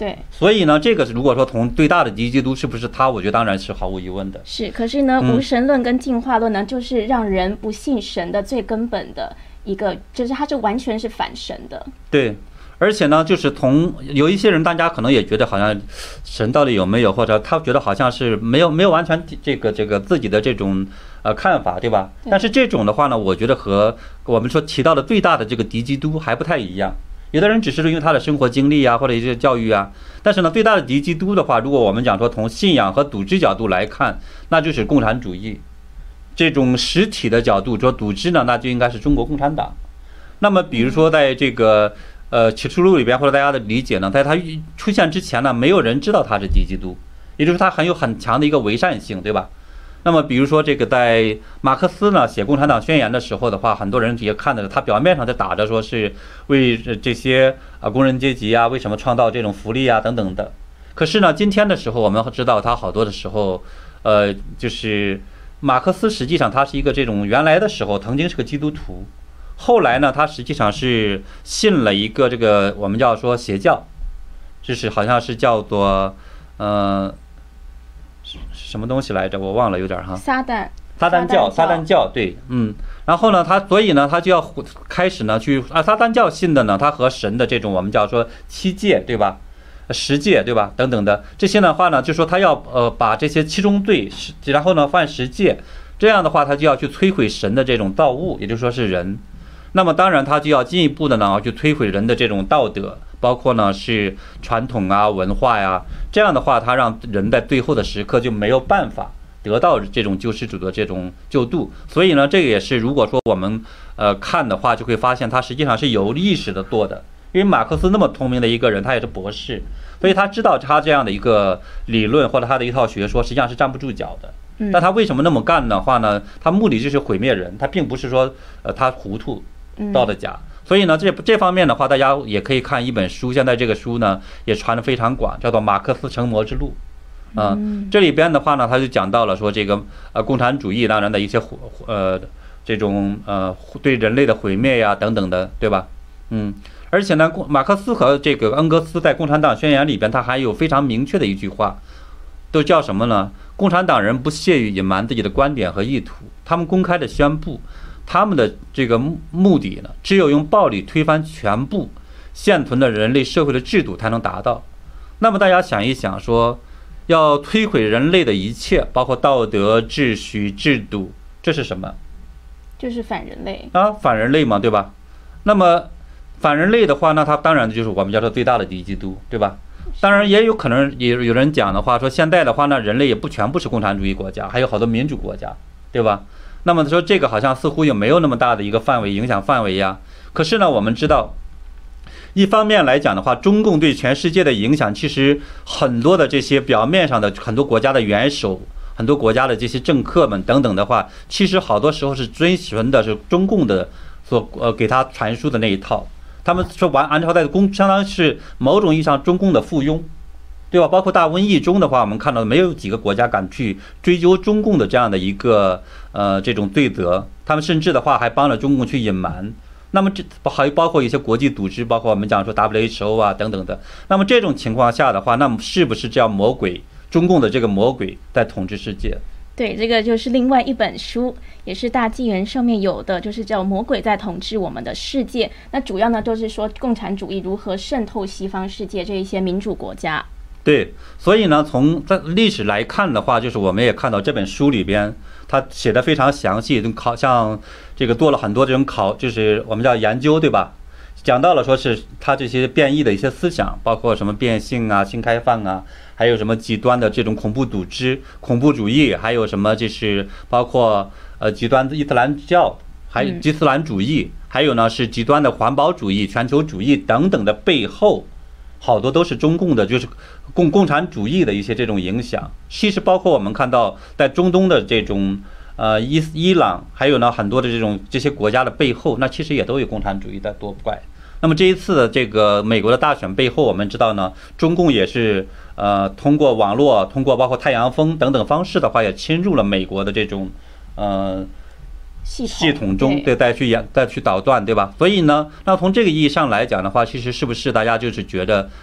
对， 所以呢，这个如果说从最大的敌基督是不是他，我觉得当然是毫无疑问的。 是，可是呢， 嗯无神论跟进化论呢，就是让人不信神的最根本的一个，就是它是完全是反神的。 对。而且呢，就是从有一些人，大家可能也觉得好像神到底有没有，或者他觉得好像是没有没有完全这个这个自己的这种呃看法，对吧？但是这种的话呢，我觉得和我们说提到的最大的这个敌基督还不太一样。有的人只是因为他的生活经历啊，或者一些教育啊，但是呢，最大的敌基督的话，如果我们讲说从信仰和组织角度来看，那就是共产主义。这种实体的角度说组织呢，那就应该是中国共产党。那么比如说在这个呃，启示录里边或者大家的理解呢，在它出现之前呢，没有人知道他是敌基督，也就是他很有很强的一个伪善性，对吧？那么比如说这个在马克思呢写《共产党宣言》的时候的话，很多人也看到他表面上在打着说是为这些啊工人阶级啊为什么创造这种福利啊等等的。可是呢，今天的时候我们知道他好多的时候，呃，就是马克思实际上他是一个这种原来的时候曾经是个基督徒。后来呢，他实际上是信了一个这个我们叫说邪教，就是好像是叫做呃什么东西来着，我忘了有点哈。 撒旦。 撒旦教，撒旦教，对，嗯。然后呢，他所以呢，他就要开始呢去啊，撒旦教信的呢，他和神的这种我们叫说七戒，对吧？十戒，对吧？等等的这些的话呢，就说他要呃把这些七宗罪，然后呢犯十戒，这样的话他就要去摧毁神的这种造物，也就是说是人。那么当然，他就要进一步的呢，去摧毁人的这种道德，包括呢是传统啊、文化呀、啊。这样的话，他让人在最后的时刻就没有办法得到这种救世主的这种救度。所以呢，这个也是如果说我们呃看的话，就会发现他实际上是有意识的做的。因为马克思那么聪明的一个人，他也是博士，所以他知道他这样的一个理论或者他的一套学说，实际上是站不住脚的。但他为什么那么干的话呢？他目的就是毁灭人，他并不是说呃他糊涂。道的假，所以呢，这这方面的话，大家也可以看一本书，现在这个书呢也传得非常广，叫做《马克思成魔之路》啊、呃。这里边的话呢，他就讲到了说这个呃共产主义当然的一些呃这种呃对人类的毁灭呀等等的，对吧？嗯，而且呢，马克思和这个恩格斯在《共产党宣言》里边，他还有非常明确的一句话，都叫什么呢？共产党人不屑于隐瞒自己的观点和意图，他们公开的宣布。他们的这个目的呢，只有用暴力推翻全部现存的人类社会的制度才能达到。那么大家想一想说，要摧毁人类的一切，包括道德、秩序、制度，这是什么？ 就是反人类啊，反人类嘛，对吧？那么反人类的话，那它当然就是我们叫做最大的敌基督，对吧？当然也有可能也有人讲的话说，现在的话呢，人类也不全部是共产主义国家，还有好多民主国家，对吧？那么说这个好像似乎也没有那么大的一个范围影响范围呀。可是呢，我们知道，一方面来讲的话，中共对全世界的影响，其实很多的这些表面上的很多国家的元首、很多国家的这些政客们等等的话，其实好多时候是遵循的是中共的所呃给他传输的那一套。他们说完按照在公相当于是某种意义上中共的附庸。对吧？包括大瘟疫中的话，我们看到没有几个国家敢去追究中共的这样的一个呃这种罪责，他们甚至的话还帮了中共去隐瞒。那么这还包括一些国际组织，包括我们讲说 W H O 啊等等的。那么这种情况下的话，那么是不是这样魔鬼中共的这个魔鬼在统治世界？ 对，这个就是另外一本书，也是大纪元上面有的，就是叫《魔鬼在统治我们的世界》。那主要呢就是说共产主义如何渗透西方世界这一些民主国家。 对，所以呢，从在历史来看的话，就是我们也看到这本书里边，他写的非常详细，考像这个做了很多这种考，就是我们叫研究，对吧？讲到了说是他这些变异的一些思想，包括什么变性啊、新开放啊，还有什么极端的这种恐怖组织、恐怖主义，还有什么就是包括呃极端的伊斯兰教，还有伊斯兰主义，还有呢是极端的环保主义、全球主义等等的背后。好多都是中共的，就是共共产主义的一些这种影响。其实包括我们看到在中东的这种呃伊伊朗，还有呢很多的这种这些国家的背后，那其实也都有共产主义在作怪。那么这一次的这个美国的大选背后，我们知道呢，中共也是呃通过网络，通过包括太阳风等等方式的话，也侵入了美国的这种呃。 系统, 系统中对再去演再去捣乱，对吧？所以呢，那从这个意义上来讲的话，其实是不是大家就是觉得，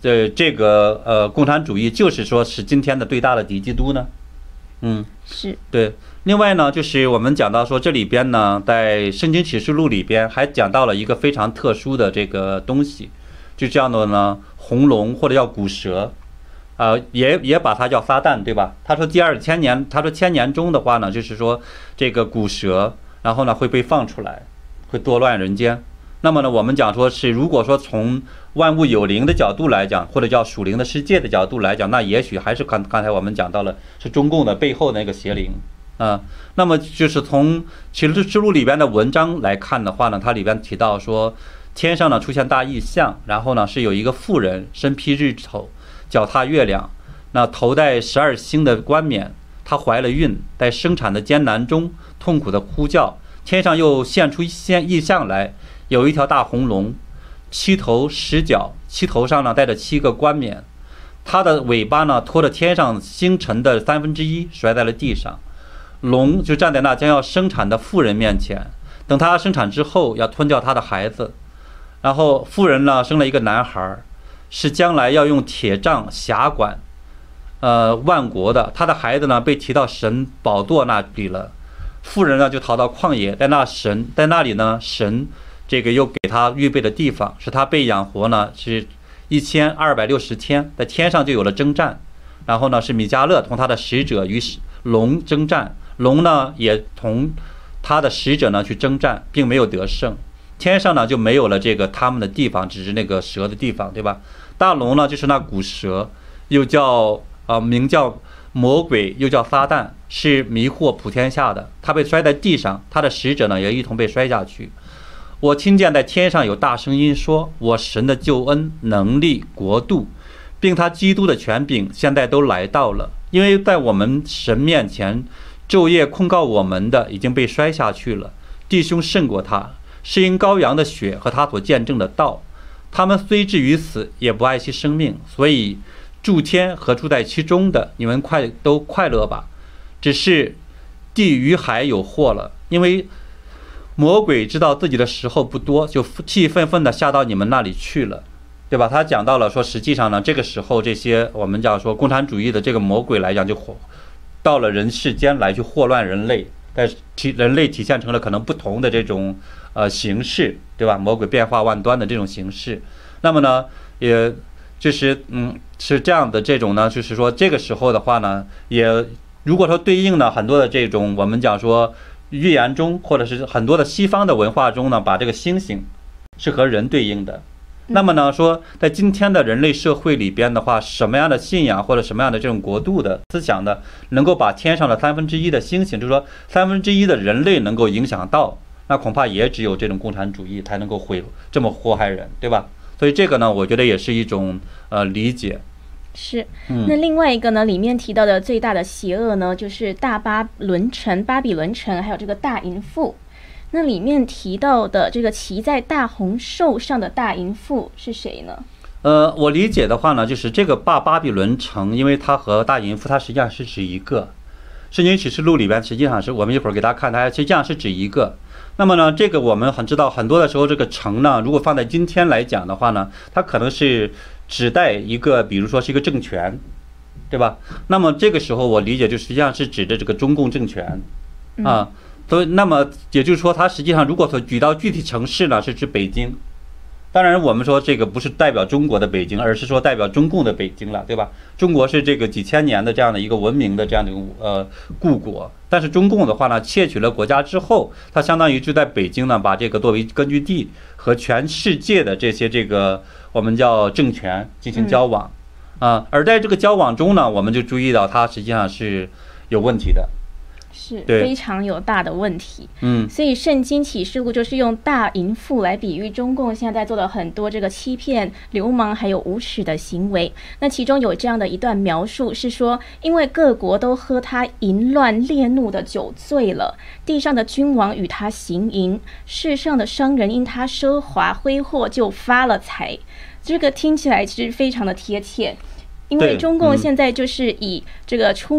的这个呃共产主义就是说是今天的最大的敌基督呢？嗯， 是对。另外呢，就是我们讲到说这里边呢，在《圣经启示录》里边还讲到了一个非常特殊的这个东西，就这样的呢，红龙或者叫古蛇，呃，也也把它叫撒旦，对吧？他说第二千年，他说千年中的话呢，就是说这个古蛇，然后呢会被放出来，会作乱人间。那么呢，我们讲说是，如果说从万物有灵的角度来讲，或者叫属灵的世界的角度来讲，那也许还是刚刚才我们讲到了是中共的背后的那个邪灵。啊，那么就是从启示录里边的文章来看的话呢，它里边提到说，天上呢出现大异象，然后呢是有一个妇人身披日头，脚踏月亮，那头戴十二星的冠冕，她怀了孕，在生产的艰难中痛苦的呼叫，天上又现出一现异象来，有一条大红龙，七头十角，七头上呢带着七个冠冕，它的尾巴呢拖着天上星辰的三分之一摔在了地上。龙就站在那将要生产的妇人面前，等她生产之后要吞掉她的孩子，然后妇人呢生了一个男孩，是将来要用铁杖辖管呃万国的。她的孩子呢被提到神宝座那里了，妇人呢就逃到旷野，在那神在那里呢神这个又给他预备的地方，使他被养活呢是一千二百六十天，在天上就有了征战。然后呢是米迦勒同他的使者与龙征战，龙呢也同他的使者呢去征战，并没有得胜。天上呢就没有了这个他们的地方，只是那个蛇的地方，对吧？大龙呢就是那古蛇，又叫呃名叫魔鬼，又叫撒旦，是迷惑普天下的。他被摔在地上，他的使者呢也一同被摔下去。我听见在天上有大声音说，我神的救恩、能力、国度，并他基督的权柄现在都来到了，因为在我们神面前昼夜控告我们的已经被摔下去了。弟兄胜过他，是因羔羊的血和他所见证的道。他们虽至于死，也不爱惜生命，所以诸天和住在其中的，你们快都快乐吧。只是地与海有祸了，因为魔鬼知道自己的时候不多，就气愤愤地下到你们那里去了，对吧？他讲到了说，实际上呢，这个时候这些我们叫说共产主义的这个魔鬼来讲，就到了人世间来去祸乱人类，但是体人类体现成了可能不同的这种呃形式，对吧？魔鬼变化万端的这种形式。那么呢，也就是嗯是这样的这种呢，就是说这个时候的话呢，也如果说对应呢很多的这种我们讲说预言中，或者是很多的西方的文化中呢，把这个星星是和人对应的。那么呢，说在今天的人类社会里边的话，什么样的信仰或者什么样的这种国度的思想呢，能够把天上的三分之一的星星，就是说三分之一的人类能够影响到，那恐怕也只有这种共产主义才能够毁这么祸害人，对吧？所以这个呢，我觉得也是一种呃理解。 是，那另外一个呢，里面提到的最大的邪恶呢，就是大巴伦城、巴比伦城，还有这个大淫妇。那里面提到的这个骑在大红兽上的大淫妇是谁呢？ 呃，我理解的话呢，就是这个巴巴比伦城，因为它和大淫妇它实际上是指一个。圣经启示录里边实际上是我们一会儿给大家看，它实际上是指一个。那么呢，这个我们很知道，很多的时候这个城呢，如果放在今天来讲的话呢，它可能是指代一个，比如说是一个政权，对吧？那么这个时候我理解就实际上是指的这个中共政权啊。所以那么也就是说，它实际上如果说举到具体城市呢，是指北京。当然我们说这个不是代表中国的北京，而是说代表中共的北京了，对吧？中国是这个几千年的这样的一个文明的这样的呃故国，但是中共的话呢，窃取了国家之后，它相当于就在北京呢，把这个作为根据地和全世界的这些这个我们叫政权进行交往啊。而在这个交往中呢，我们就注意到它实际上是有问题的。 是非常有大的问题， 嗯， 所以圣经启示录就是用大淫妇来比喻中共现在做了很多这个欺骗、流氓还有无耻的行为。那其中有这样的一段描述是说，因为各国都喝他淫乱烈怒的酒醉了，地上的君王与他行淫，世上的商人因他奢华挥霍就发了财。这个听起来其实非常的贴切。因为中共现在就是以这个出卖国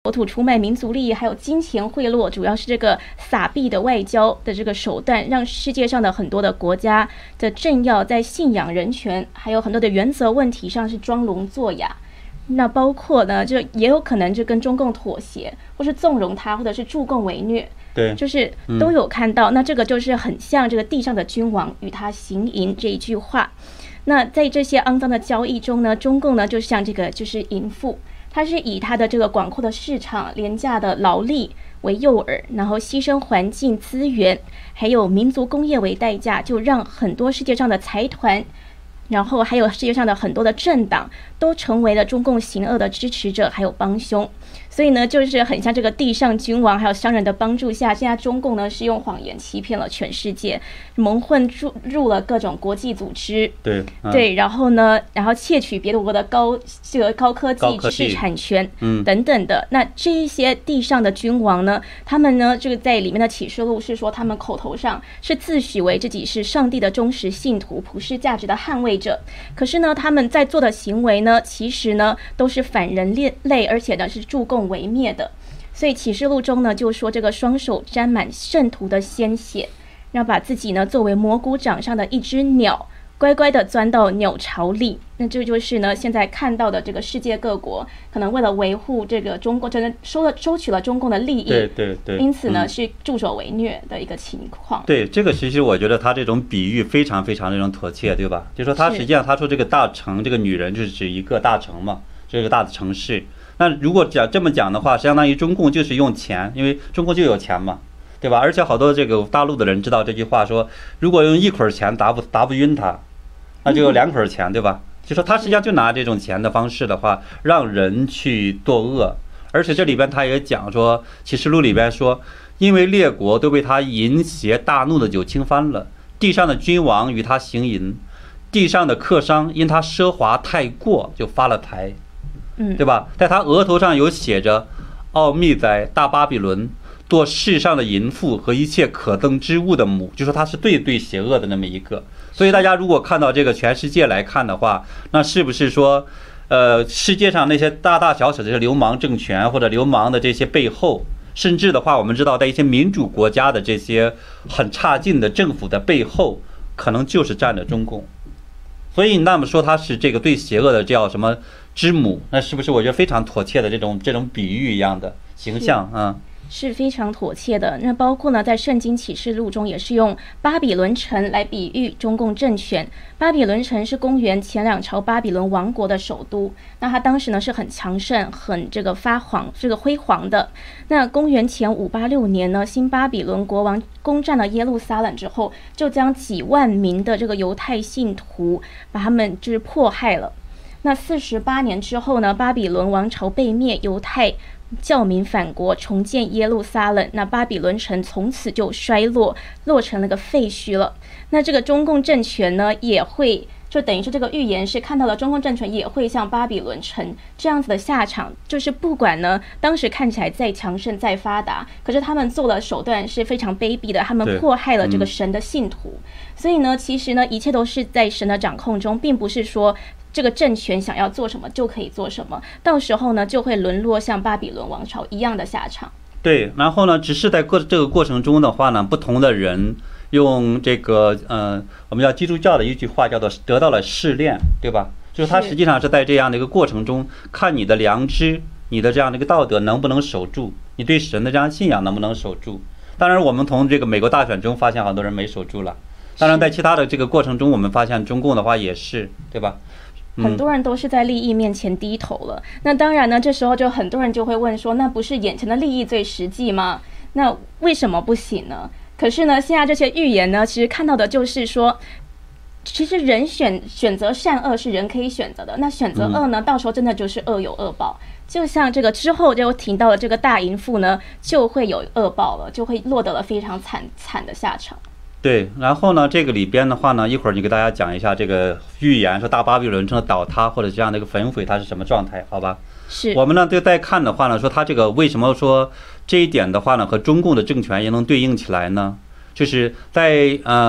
口吐出卖民族利益，还有金钱贿赂，主要是这个撒币的外交的这个手段，让世界上的很多的国家的政要在信仰、人权还有很多的原则问题上是装聋作哑。那包括呢，就也有可能就跟中共妥协，或是纵容他，或者是助共为虐。 对， 就是都有看到。嗯、那这个就是很像这个地上的君王与他行淫这一句话。那在这些肮脏的交易中呢，中共呢就像这个就是淫妇，它是以它的这个广阔的市场、廉价的劳力为诱饵，然后牺牲环境资源还有民族工业为代价，就让很多世界上的财团，然后还有世界上的很多的政党都成为了中共行恶的支持者还有帮凶。所以呢，就是很像这个地上君王还有商人的帮助下，现在中共呢是用谎言欺骗了全世界，蒙混入入了各种国际组织， 对、 嗯、对，然后呢，然后窃取别的国的高这个高科技知识产权等等的。那这一些地上的君王呢，他们呢这个在里面的启示录是说，他们口头上是自诩为自己是上帝的忠实信徒、普世价值的捍卫者，可是呢，他们在做的行为呢，其实呢都是反人类，而且呢是助共为灭的。所以启示录中呢就说，这个双手沾满圣徒的鲜血，要把自己呢作为蘑菇掌上的一只鸟，乖乖的钻到鸟巢里。那这就是呢现在看到的这个世界各国可能为了维护这个中国，真的收了收取了中共的利益， 对对对， 因此呢、 嗯、 是助纣为虐的一个情况。 对，这个其实我觉得他这种比喻非常非常这种妥切，对吧？就说他实际上他说这个大城，这个女人就是指一个大城嘛，这个大的城市。那如果讲这么讲的话，相当于中共就是用钱，因为中共就有钱嘛，对吧？而且好多这个大陆的人知道这句话，说如果用一捆钱打不打不晕他，那就有两捆钱，对吧？就说他实际上就拿这种钱的方式的话，让人去作恶。而且这里边他也讲说，启示录里边说，因为列国都被他淫邪大怒的酒倾翻了，地上的君王与他行淫，地上的客商因他奢华太过就发了财。对吧？在他额头上有写着“奥秘在大巴比伦，堕世上的淫妇和一切可憎之物的母”，就说他是最最邪恶的那么一个。所以大家如果看到这个全世界来看的话，那是不是说，呃，世界上那些大大小小的这些流氓政权或者流氓的这些背后，甚至的话，我们知道在一些民主国家的这些很差劲的政府的背后，可能就是站着中共。所以那么说他是这个最邪恶的叫什么之母，那是不是我觉得非常妥切的这种这种比喻一样的形象啊？ 是非常妥切的。那包括呢，在圣经启示录中也是用巴比伦城来比喻中共政权。巴比伦城是公元前两朝巴比伦王国的首都，那它当时呢是很强盛、很这个发黄、这个辉煌的。那公元前五八六年呢，新巴比伦国王攻占了耶路撒冷之后，就将几万名的这个犹太信徒把他们就是迫害了。那四十八年之后呢，巴比伦王朝被灭，犹太教民反国，重建耶路撒冷，那巴比伦城从此就衰落，落成了个废墟了。那这个中共政权呢，也会就等于说这个预言是看到了中共政权也会像巴比伦城这样子的下场，就是不管呢当时看起来再强盛再发达，可是他们做的手段是非常卑鄙的，他们迫害了这个神的信徒。嗯、所以呢，其实呢一切都是在神的掌控中，并不是说这个政权想要做什么就可以做什么，到时候呢就会沦落像巴比伦王朝一样的下场。 对，然后呢，只是在过这个过程中的话呢，不同的人用这个呃，我们叫基督教的一句话叫做得到了试炼，对吧？就是他实际上是在这样的一个过程中，看你的良知、你的这样的一个道德能不能守住，你对神的这样信仰能不能守住。当然，我们从这个美国大选中发现，很多人没守住了。当然，在其他的这个过程中，我们发现中共的话也是，对吧？ 很多人都是在利益面前低头了。那当然呢，这时候就很多人就会问说，那不是眼前的利益最实际吗？那为什么不行呢？可是呢，现在这些预言呢，其实看到的就是说，其实人选选择善恶是人可以选择的，那选择恶呢，到时候真的就是恶有恶报。就像这个之后就提到了这个大淫妇呢，就会有恶报了，就会落得了非常惨惨的下场。 对，然后呢，这个里边的话呢，一会儿你给大家讲一下这个预言，说大巴比伦城的倒塌或者这样的一个焚毁，它是什么状态，好吧？ 是。我们呢就再看的话呢，说它这个为什么说这一点的话呢，和中共的政权也能对应起来呢？就是在呃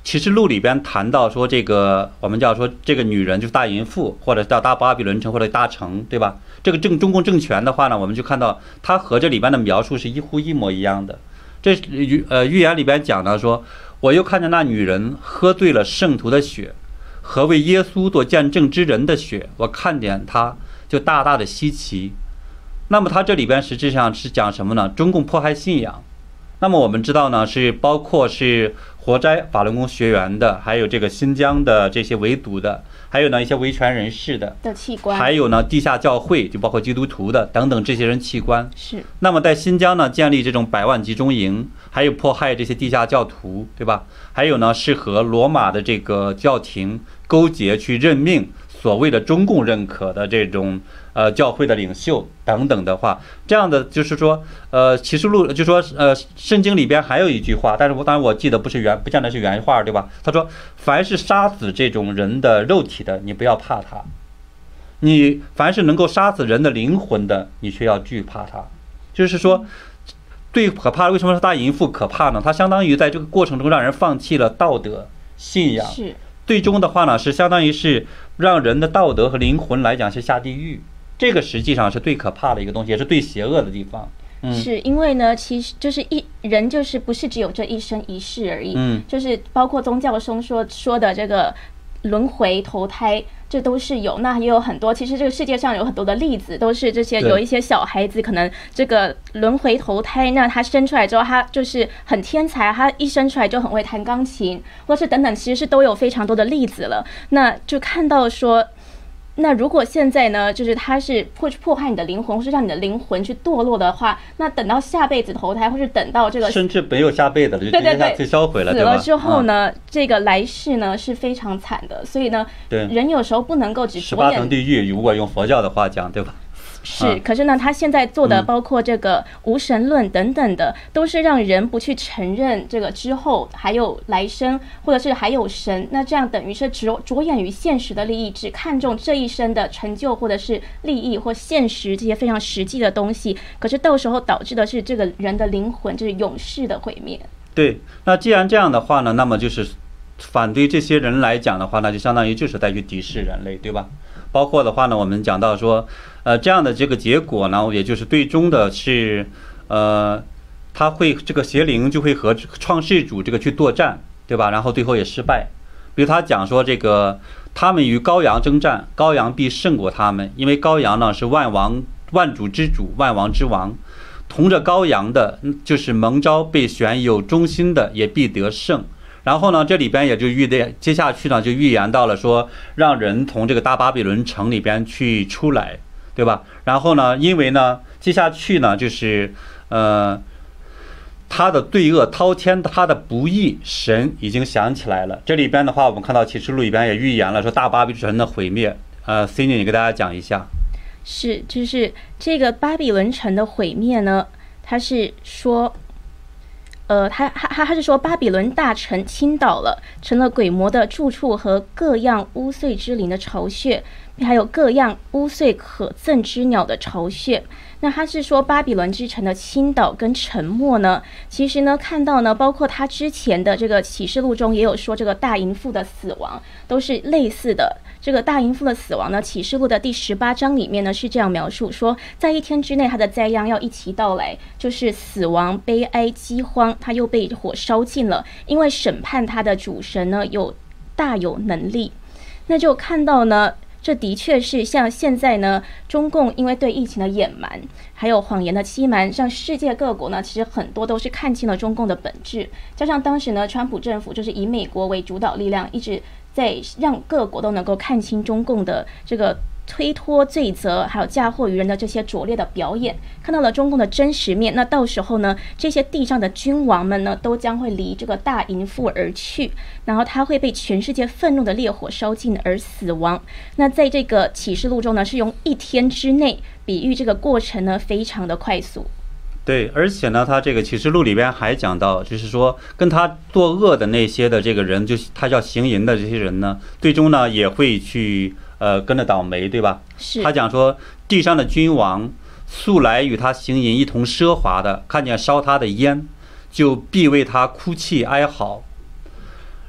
启示录里边谈到说，这个我们叫说这个女人就是大淫妇，或者叫大巴比伦城或者大城，对吧？这个政中共政权的话呢，我们就看到它和这里边的描述是一乎一模一样的。这预呃预言里边讲到说，我又看见那女人喝醉了圣徒的血，和为耶稣做见证之人的血，我看见她就大大的稀奇。那么它这里边实际上是讲什么呢？中共迫害信仰。那么我们知道呢，是包括是活摘法轮功学员的，还有这个新疆的这些围堵的，还有呢一些维权人士的的器官， 还有呢地下教会，就包括基督徒的等等这些人器官。 是。 那么在新疆呢，建立这种百万集中营，还有迫害这些地下教徒，对吧？还有呢是和罗马的这个教廷勾结去任命所谓的中共认可的这种呃教会的领袖等等的话，这样的就是说，呃，启示录就说，呃，圣经里边还有一句话，但是我当然我记得不是原，不见得是原话，对吧？他说，凡是杀死这种人的肉体的，你不要怕他；你凡是能够杀死人的灵魂的，你却要惧怕他。就是说，最可怕的，为什么说大淫妇可怕呢？它相当于在这个过程中让人放弃了道德信仰。 是。 最终的话呢，是相当于是让人的道德和灵魂来讲是下地狱，这个实际上是最可怕的一个东西，也是最邪恶的地方。嗯， 是因为呢，其实就是一人就是不是只有这一生一世而已， 嗯， 就是包括宗教中说说的这个轮回投胎，这都是有。那也有很多，其实这个世界上有很多的例子，都是这些有一些小孩子可能这个轮回投胎，那他生出来之后，他就是很天才，他一生出来就很会弹钢琴，或是等等，其实是都有非常多的例子了。那就看到说，那如果现在呢，就是他是会破坏你的灵魂，或是让你的灵魂去堕落的话，那等到下辈子投胎，或是等到这个甚至没有下辈子了，就直接下次销毁了， 死了之后呢，嗯、这个来世呢是非常惨的。所以呢，人有时候不能够只十八层地狱，如果用佛教的话讲，对吧？ 是，可是呢，他现在做的包括这个无神论等等的，都是让人不去承认这个之后还有来生，或者是还有神。那这样等于是着着眼于现实的利益，只看重这一生的成就，或者是利益或现实这些非常实际的东西。可是到时候导致的是这个人的灵魂就是永世的毁灭。 对，那既然这样的话呢，那么就是反对这些人来讲的话，那就相当于就是在去敌视人类，对吧？包括的话呢，我们讲到说，呃，这样的这个结果呢，也就是最终的是，呃，他会这个邪灵就会和创世主这个去作战，对吧？然后最后也失败。比如他讲说，这个他们与羔羊征战，羔羊必胜过他们，因为羔羊呢是万王万主之主，万王之王。同着羔羊的，就是蒙召被选有忠心的，也必得胜。然后呢，这里边也就预的接下去呢，就预言到了说，让人从这个大巴比伦城里边去出来，对吧？然后呢，因为呢，接下去呢，就是呃，他的罪恶滔天，他的不义，神已经想起来了。这里边的话，我们看到启示录里边也预言了说大巴比伦城的毁灭。呃 ，Cindy， 你给大家讲一下。 是，就是这个巴比伦城的毁灭呢，它是说。呃，他他他是说巴比伦大城倾倒了，成了鬼魔的住处和各样污秽之灵的巢穴，还有各样污秽可憎之鸟的巢穴。那他是说巴比伦之城的倾倒跟沉没呢，其实呢看到呢，包括他之前的这个启示录中也有说这个大淫妇的死亡都是类似的。这个大淫妇的死亡呢，启示录的第十八章里面呢是这样描述说，在一天之内他的灾殃要一起到来，就是死亡、悲哀、饥荒，他又被火烧尽了，因为审判他的主神呢有大有能力。那就看到呢，这的确是像现在呢，中共因为对疫情的掩瞒，还有谎言的欺瞒，像世界各国呢，其实很多都是看清了中共的本质。加上当时呢，川普政府就是以美国为主导力量，一直在让各国都能够看清中共的这个推脱罪责，还有嫁祸于人的这些拙劣的表演，看到了中共的真实面。那到时候呢，这些地上的君王们呢，都将会离这个大淫妇而去，然后他会被全世界愤怒的烈火烧尽而死亡。那在这个启示录中呢，是用一天之内比喻这个过程呢，非常的快速。 对，而且呢，他这个启示录里边还讲到，就是说跟他作恶的那些的这个人，就是他叫行淫的这些人呢，最终呢也会去呃跟着倒霉，对吧？ 是。 他讲说，地上的君王素来与他行淫一同奢华的，看见烧他的烟，就必为他哭泣哀嚎。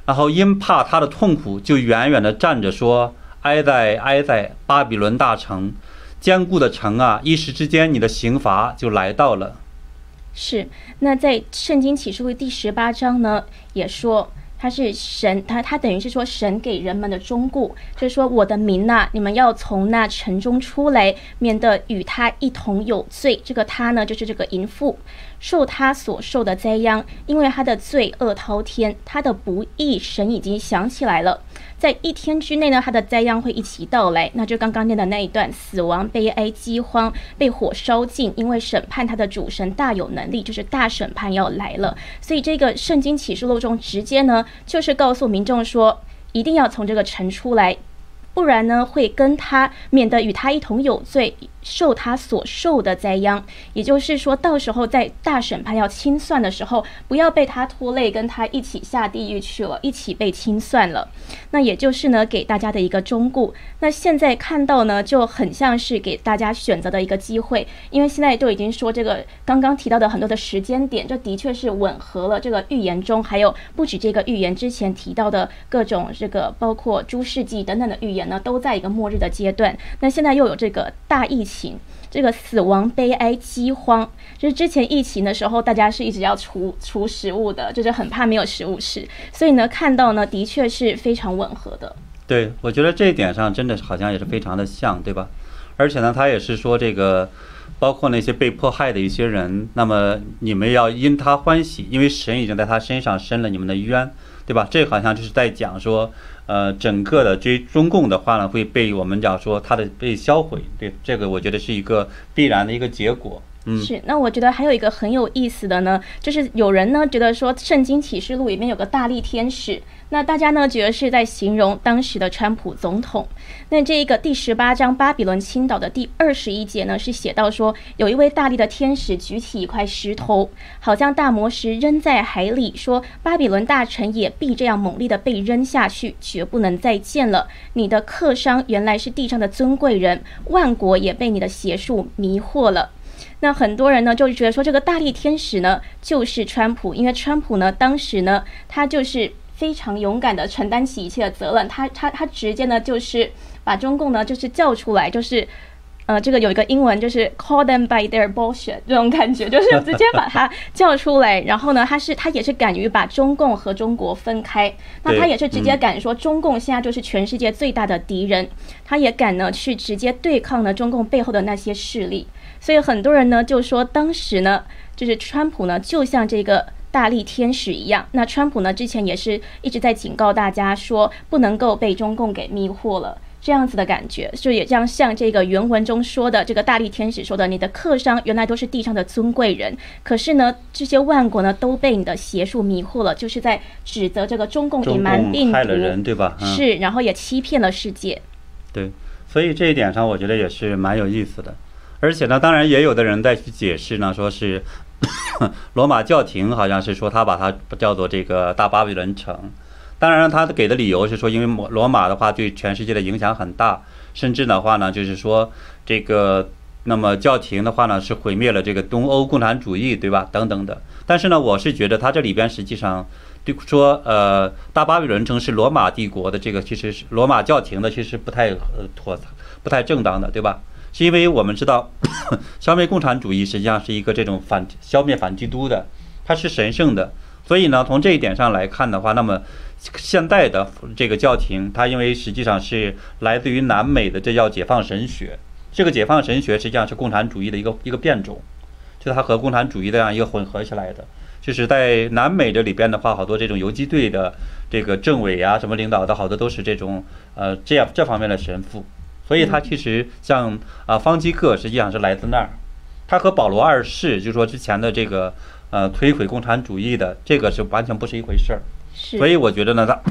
然后因怕他的痛苦，就远远地站着说：“哀哉，哀哉，巴比伦大城，坚固的城啊！一时之间，你的刑罚就来到了。” 是。那在圣经启示录第十八章呢，也说他是神，他他等于是说神给人们的忠告，就是说我的民呐、啊，你们要从那城中出来，免得与他一同有罪。这个他呢，就是这个淫妇，受他所受的灾殃，因为他的罪恶滔天，他的不义神已经想起来了。在一天之内呢，他的灾殃会一起到来。那就刚刚念的那一段，死亡、悲哀、饥荒，被火烧尽，因为审判他的主神大有能力，就是大审判要来了。所以这个圣经启示录中直接呢，就是告诉民众说，一定要从这个城出来，不然呢会跟他，免得与他一同有罪，受他所受的灾殃。也就是说，到时候在大审判要清算的时候，不要被他拖累，跟他一起下地狱去了，一起被清算了。那也就是呢，给大家的一个忠告。那现在看到呢，就很像是给大家选择的一个机会，因为现在都已经说这个刚刚提到的很多的时间点，这的确是吻合了这个预言中，还有不止这个预言之前提到的各种这个包括诸世纪等等的预言呢，都在一个末日的阶段。那现在又有这个大疫情，这个死亡、悲哀、饥荒，就是之前疫情的时候，大家是一直要除除食物的，就是很怕没有食物吃，所以呢，看到呢，的确是非常吻合的。 对，我觉得这一点上真的好像也是非常的像，对吧？而且呢，他也是说这个，包括那些被迫害的一些人，那么你们要因他欢喜，因为神已经在他身上伸了你们的冤，对吧？这好像就是在讲说，呃，整个的这中共的话呢，会被我们讲说它的被销毁，对，这个我觉得是一个必然的一个结果。嗯， 是。那我觉得还有一个很有意思的呢，就是有人呢觉得说圣经启示录里面有个大力天使，那大家呢觉得是在形容当时的川普总统。那这一个第十八章巴比伦倾倒的第二十一节呢，是写到说，有一位大力的天使举起一块石头，好像大磨石扔在海里，说巴比伦大城也必这样猛烈的被扔下去，绝不能再见了。你的客商原来是地上的尊贵人，万国也被你的邪术迷惑了。那很多人呢就觉得说，这个大力天使呢就是川普，因为川普呢当时呢他就是非常勇敢的承担起一切的责任，他他他直接呢就是把中共呢就是叫出来，就是呃这个有一个英文就是 call them by their bullshit 这种感觉，就是直接把他叫出来，然后呢他是他也是敢于把中共和中国分开，那他也是直接敢说中共现在就是全世界最大的敌人，他也敢呢去直接对抗呢中共背后的那些势力。所以很多人呢就说，当时呢就是川普呢就像这个大力天使一样。那川普呢之前也是一直在警告大家说，不能够被中共给迷惑了，这样子的感觉。就也这样像这个原文中说的，这个大力天使说的，你的客商原来都是地上的尊贵人，可是呢这些万国呢都被你的邪术迷惑了，就是在指责这个中共隐瞒病毒， 害了人，对吧？ 嗯、是，然后也欺骗了世界。 对，所以这一点上我觉得也是蛮有意思的。而且呢，当然也有的人在去解释呢，说是罗马教廷好像是说他把它叫做这个大巴比伦城。当然他给的理由是说，因为罗马的话对全世界的影响很大，甚至的话呢就是说这个那么教廷的话呢是毁灭了这个东欧共产主义，对吧？等等的。但是呢，我是觉得他这里边实际上对说呃大巴比伦城是罗马帝国的，这个其实是罗马教廷的，其实不太呃妥不太正当的，对吧？是因为我们知道消灭共产主义实际上是一个这种反消灭反基督的，它是神圣的。所以呢从这一点上来看的话，那么现代的这个教廷它因为实际上是来自于南美的，这叫解放神学。这个解放神学实际上是共产主义的一个一个变种，就是它和共产主义这样一个混合起来的。就是在南美这里边的话，好多这种游击队的这个政委啊什么领导的好多都是这种呃这样这方面的神父。所以他其实像啊方济各实际上是来自那儿，他和保罗二世就是说之前的这个呃摧毁共产主义的这个是完全不是一回事儿。所以我觉得呢他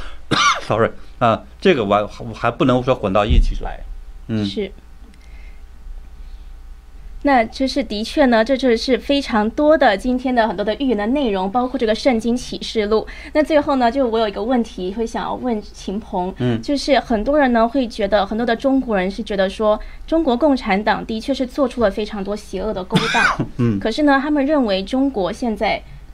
sorry 啊这个我还不能说混到一起来。嗯， 是。那这是的确呢，这就是非常多的今天的很多的预言的内容，包括这个圣经启示录。那最后呢，就我有一个问题会想要问秦鹏，嗯，就是很多人呢会觉得，很多的中国人是觉得说，中国共产党的确是做出了非常多邪恶的勾当，嗯，可是呢，他们认为中国现在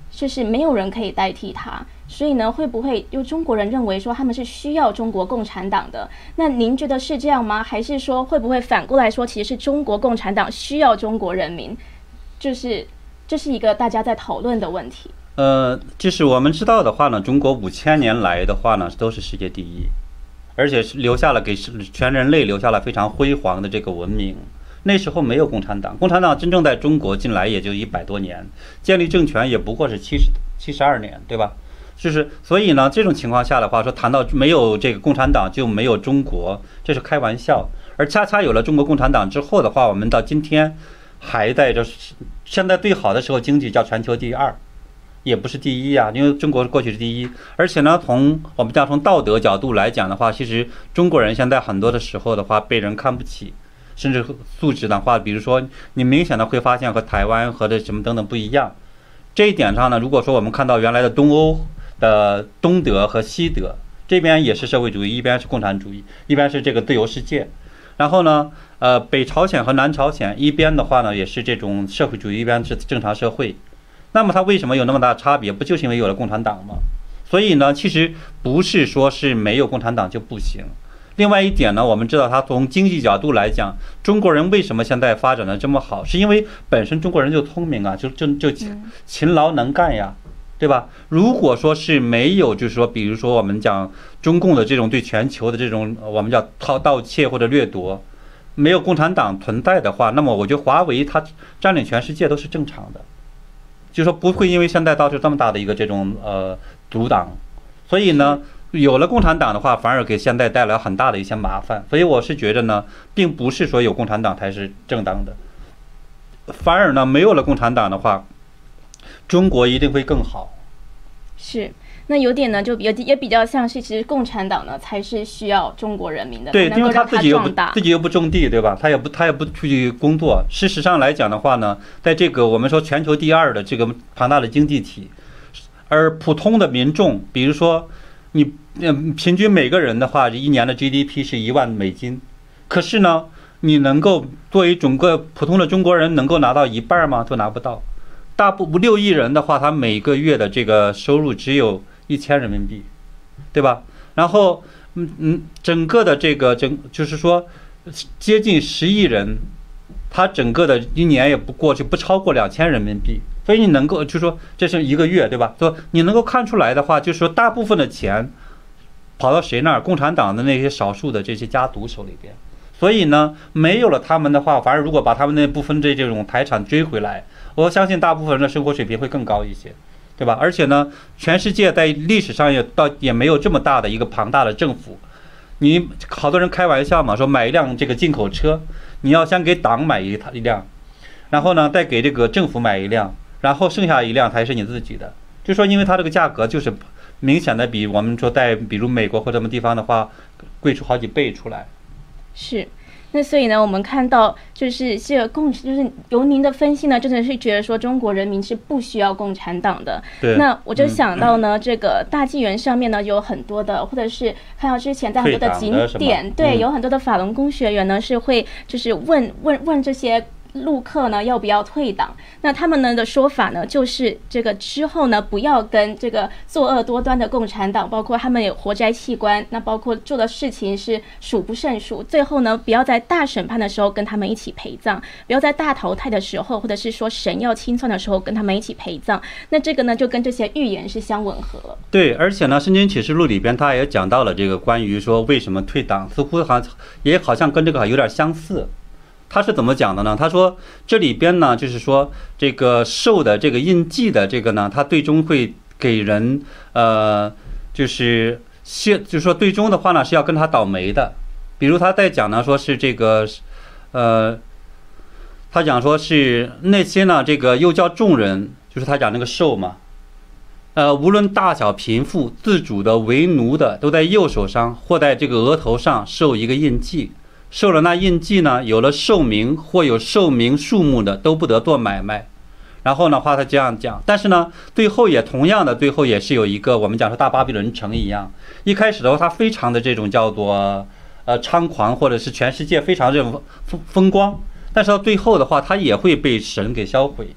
就是没有人可以代替他，所以呢，会不会有中国人认为说他们是需要中国共产党的？那您觉得是这样吗？还是说会不会反过来说，其实是中国共产党需要中国人民？就是这是一个大家在讨论的问题。 呃，就是我们知道的话呢，中国五千年来的话呢，都是世界第一，而且是留下了给全人类留下了非常辉煌的这个文明。那时候没有共产党，共产党真正在中国进来也就一百多年，建立政权也不过是七十七十二年，对吧？就是所以呢，这种情况下的话，说谈到没有这个共产党就没有中国，这是开玩笑。而恰恰有了中国共产党之后的话，我们到今天还在这，现在最好的时候经济叫全球第二，也不是第一啊，因为中国过去是第一。而且呢，从我们讲从道德角度来讲的话，其实中国人现在很多的时候的话被人看不起。甚至素质的话，比如说你明显的会发现和台湾和这什么等等不一样。这一点上呢，如果说我们看到原来的东欧的东德和西德，这边也是社会主义，一边是共产主义，一边是这个自由世界。然后呢，呃，北朝鲜和南朝鲜一边的话呢，也是这种社会主义，一边是正常社会。那么它为什么有那么大差别？不就是因为有了共产党吗？所以呢，其实不是说是没有共产党就不行。另外一点呢，我们知道它从经济角度来讲，中国人为什么现在发展的这么好，是因为本身中国人就聪明啊，就就就勤劳能干呀，对吧？如果说是没有，就是说，比如说我们讲中共的这种对全球的这种我们叫盗盗窃或者掠夺，没有共产党存在的话，那么我觉得华为它占领全世界都是正常的，就是说不会因为现在造成这么大的一个这种呃阻挡，所以呢。有了共产党的话，反而给现在带来很大的一些麻烦，所以我是觉得呢，并不是说有共产党才是正当的，反而呢，没有了共产党的话，中国一定会更好。 是，那有点呢，就也也比较像是，其实共产党呢才是需要中国人民的， 对，因为他自己又不大自己又不种地，对吧？他也不他也不出去工作。事实上来讲的话呢，在这个我们说全球第二的这个庞大的经济体，而普通的民众，比如说。你嗯，平均每个人的话，一年的 G D P 是一万美金，可是呢，你能够作为整个普通的中国人能够拿到一半吗？都拿不到。大部六亿人的话，他每个月的这个收入只有一千人民币，对吧？然后嗯嗯，整个的这个整就是说，接近十亿人，他整个的一年也不过就不超过两千人民币。所以你能够就是说这是一个月，对吧？说你能够看出来的话，就是说大部分的钱跑到谁那儿？共产党的那些少数的这些家族手里边。所以呢，没有了他们的话，反而如果把他们那部分这这种财产追回来，我相信大部分人的生活水平会更高一些，对吧？而且呢，全世界在历史上也到也没有这么大的一个庞大的政府。你好多人开玩笑嘛，说买一辆这个进口车，你要先给党买一一辆，然后呢再给这个政府买一辆。然后剩下一辆才是你自己的，就说因为它这个价格就是明显的比我们说在比如美国或者什么地方的话贵出好几倍出来。 是，那所以呢，我们看到就是这个共，就是由您的分析呢，真的是觉得说中国人民是不需要共产党的。 对。 那我就想到呢，嗯、这个大纪元上面呢有很多的，或者是看到之前在很多的景点，对， 嗯、 有很多的法轮功学员呢是会就是问问问这些。陆客呢要不要退党？那他们呢的说法呢，就是这个之后呢，不要跟这个作恶多端的共产党，包括他们有活摘器官，那包括做的事情是数不胜数。最后呢，不要在大审判的时候跟他们一起陪葬，不要在大淘汰的时候，或者是说神要清算的时候跟他们一起陪葬。那这个呢，就跟这些预言是相吻合了。 对，而且呢，《圣经启示录》里边他也讲到了这个关于说为什么退党，似乎好像也好像跟这个有点相似。他是怎么讲的呢？他说这里边呢，就是说这个受的这个印记的这个呢，他最终会给人呃，就是现就是说最终的话呢是要跟他倒霉的。比如他在讲呢，说是这个呃，他讲说是那些呢，这个又叫众人，就是他讲那个兽嘛，呃，无论大小贫富，自主的为奴的，都在右手上或在这个额头上受一个印记。受了那印记呢，有了寿名或有寿名数目的都不得做买卖。然后呢话他这样讲，但是呢最后也同样的，最后也是有一个我们讲说大巴比伦城一样，一开始的话他非常的这种叫做呃猖狂，或者是全世界非常这种风风光，但是到最后的话他也会被神给销毁。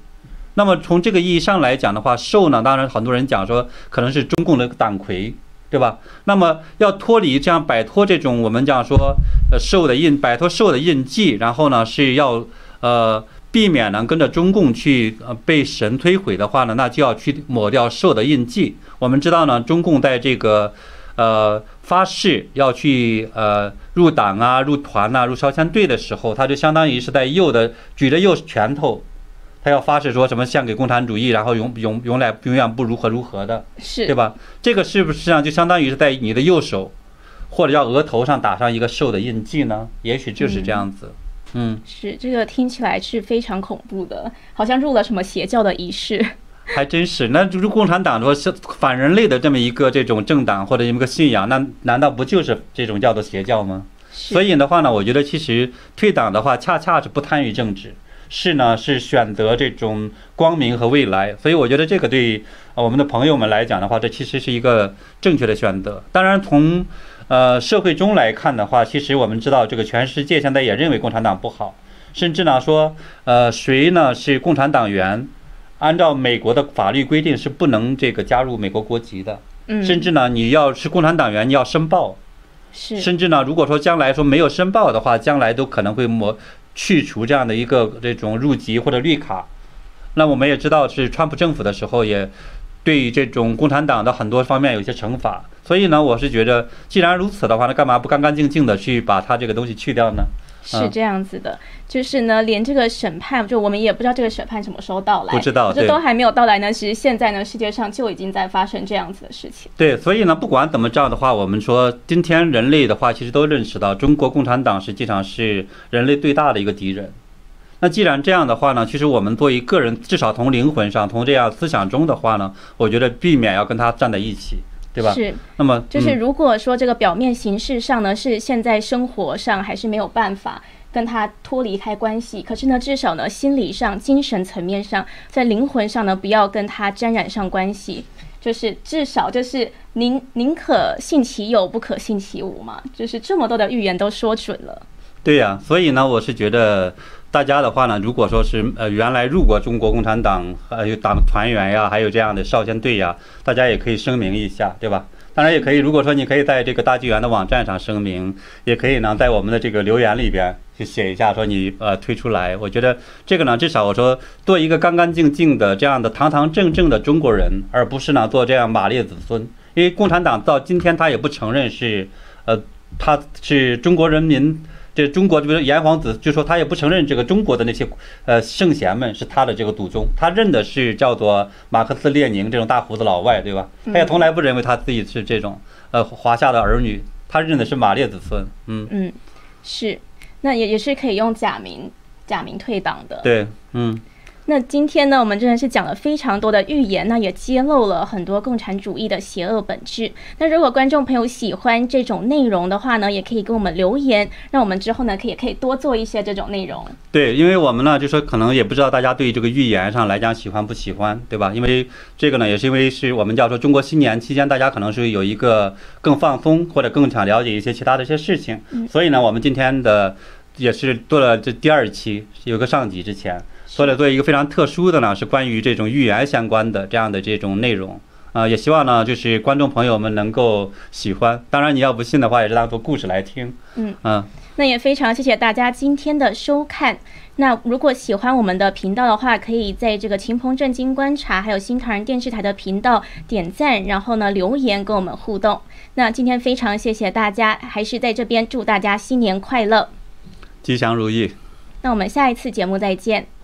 那么从这个意义上来讲的话，寿呢，当然很多人讲说可能是中共的党魁，对吧？那么要脱离这样摆脱这种我们讲说呃寿的印，摆脱寿的印记，然后呢是要呃避免呢跟着中共去呃被神推毁的话呢，那就要去抹掉寿的印记。我们知道呢，中共在这个呃发誓要去呃入党啊、入团啊、入少先队的时候，他就相当于是在右的举着右拳头。他要发誓说什么献给共产主义，然后永永永来永远不如何如何的， 是对吧？这个是不是实际上就相当于是在你的右手或者叫额头上打上一个寿的印记呢？也许就是这样子。嗯，嗯是这个听起来是非常恐怖的，好像入了什么邪教的仪式。 还真是。那就是共产党说是反人类的这么一个这种政党或者这么个信仰，那难道不就是这种叫做邪教吗？所以的话呢，我觉得其实退党的话，恰恰是不参与政治。是呢，是选择这种光明和未来，所以我觉得这个对我们的朋友们来讲的话，这其实是一个正确的选择。当然从呃社会中来看的话，其实我们知道这个全世界现在也认为共产党不好，甚至呢说呃谁呢是共产党员，按照美国的法律规定是不能这个加入美国国籍的，甚至呢你要是共产党员你要申报，甚至呢如果说将来说没有申报的话，将来都可能会抹去除这样的一个这种入籍或者绿卡。那我们也知道是川普政府的时候也对于这种共产党的很多方面有一些惩罚，所以呢我是觉得既然如此的话，那干嘛不干干净净的去把它这个东西去掉呢？ 是这样子的，就是呢，连这个审判，就我们也不知道这个审判什么时候到来， 不知道， 这都还没有到来呢。其实现在呢，世界上就已经在发生这样子的事情。 对，所以呢，不管怎么着的话，我们说今天人类的话，其实都认识到中国共产党实际上是人类最大的一个敌人。那既然这样的话呢，其实我们作为个人，至少从灵魂上，从这样思想中的话呢，我觉得避免要跟他站在一起。对吧？ 是， 那么就是如果说这个表面形式上呢，是现在生活上还是没有办法跟他脱离开关系，可是呢，至少呢，心理上、精神层面上，在灵魂上呢，不要跟他沾染上关系，就是至少就是宁宁可信其有，不可信其无嘛，就是这么多的预言都说准了。 对呀、啊，所以呢，我是觉得大家的话呢，如果说是呃原来入过中国共产党还有党团员呀，还有这样的少先队呀，大家也可以声明一下，对吧？当然也可以，如果说你可以在这个大纪元的网站上声明，也可以呢在我们的这个留言里边去写一下，说你呃推出来。我觉得这个呢，至少我说做一个干干净净的这样的堂堂正正的中国人，而不是呢做这样马列子孙。因为共产党到今天他也不承认是呃他是中国人民。这中国就是炎黄子，就说他也不承认这个中国的那些呃圣贤们是他的这个祖宗，他认的是叫做马克思列宁这种大胡子老外，对吧？他也从来不认为他自己是这种呃华夏的儿女，他认的是马列子孙。嗯嗯，是，那也也是可以用假名假名退党的。 对，嗯。 那今天呢，我们真的是讲了非常多的预言，那也揭露了很多共产主义的邪恶本质。那如果观众朋友喜欢这种内容的话呢，也可以给我们留言，让我们之后呢可以可以多做一些这种内容。 对，因为我们呢就说可能也不知道大家对这个预言上来讲喜欢不喜欢，对吧？因为这个呢也是因为是我们叫做中国新年期间，大家可能是有一个更放松或者更想了解一些其他的一些事情，嗯、所以呢我们今天的也是做了这第二期，有个上集之前。所以做一个非常特殊的呢，是关于这种预言相关的这样的这种内容啊、呃，也希望呢，就是观众朋友们能够喜欢。当然，你要不信的话，也是当做故事来听。嗯嗯、啊， 那也非常谢谢大家今天的收看。那如果喜欢我们的频道的话，可以在这个秦鹏正经观察还有新唐人电视台的频道点赞，然后呢留言跟我们互动。那今天非常谢谢大家，还是在这边祝大家新年快乐， 吉祥如意。 那我们下一次节目再见。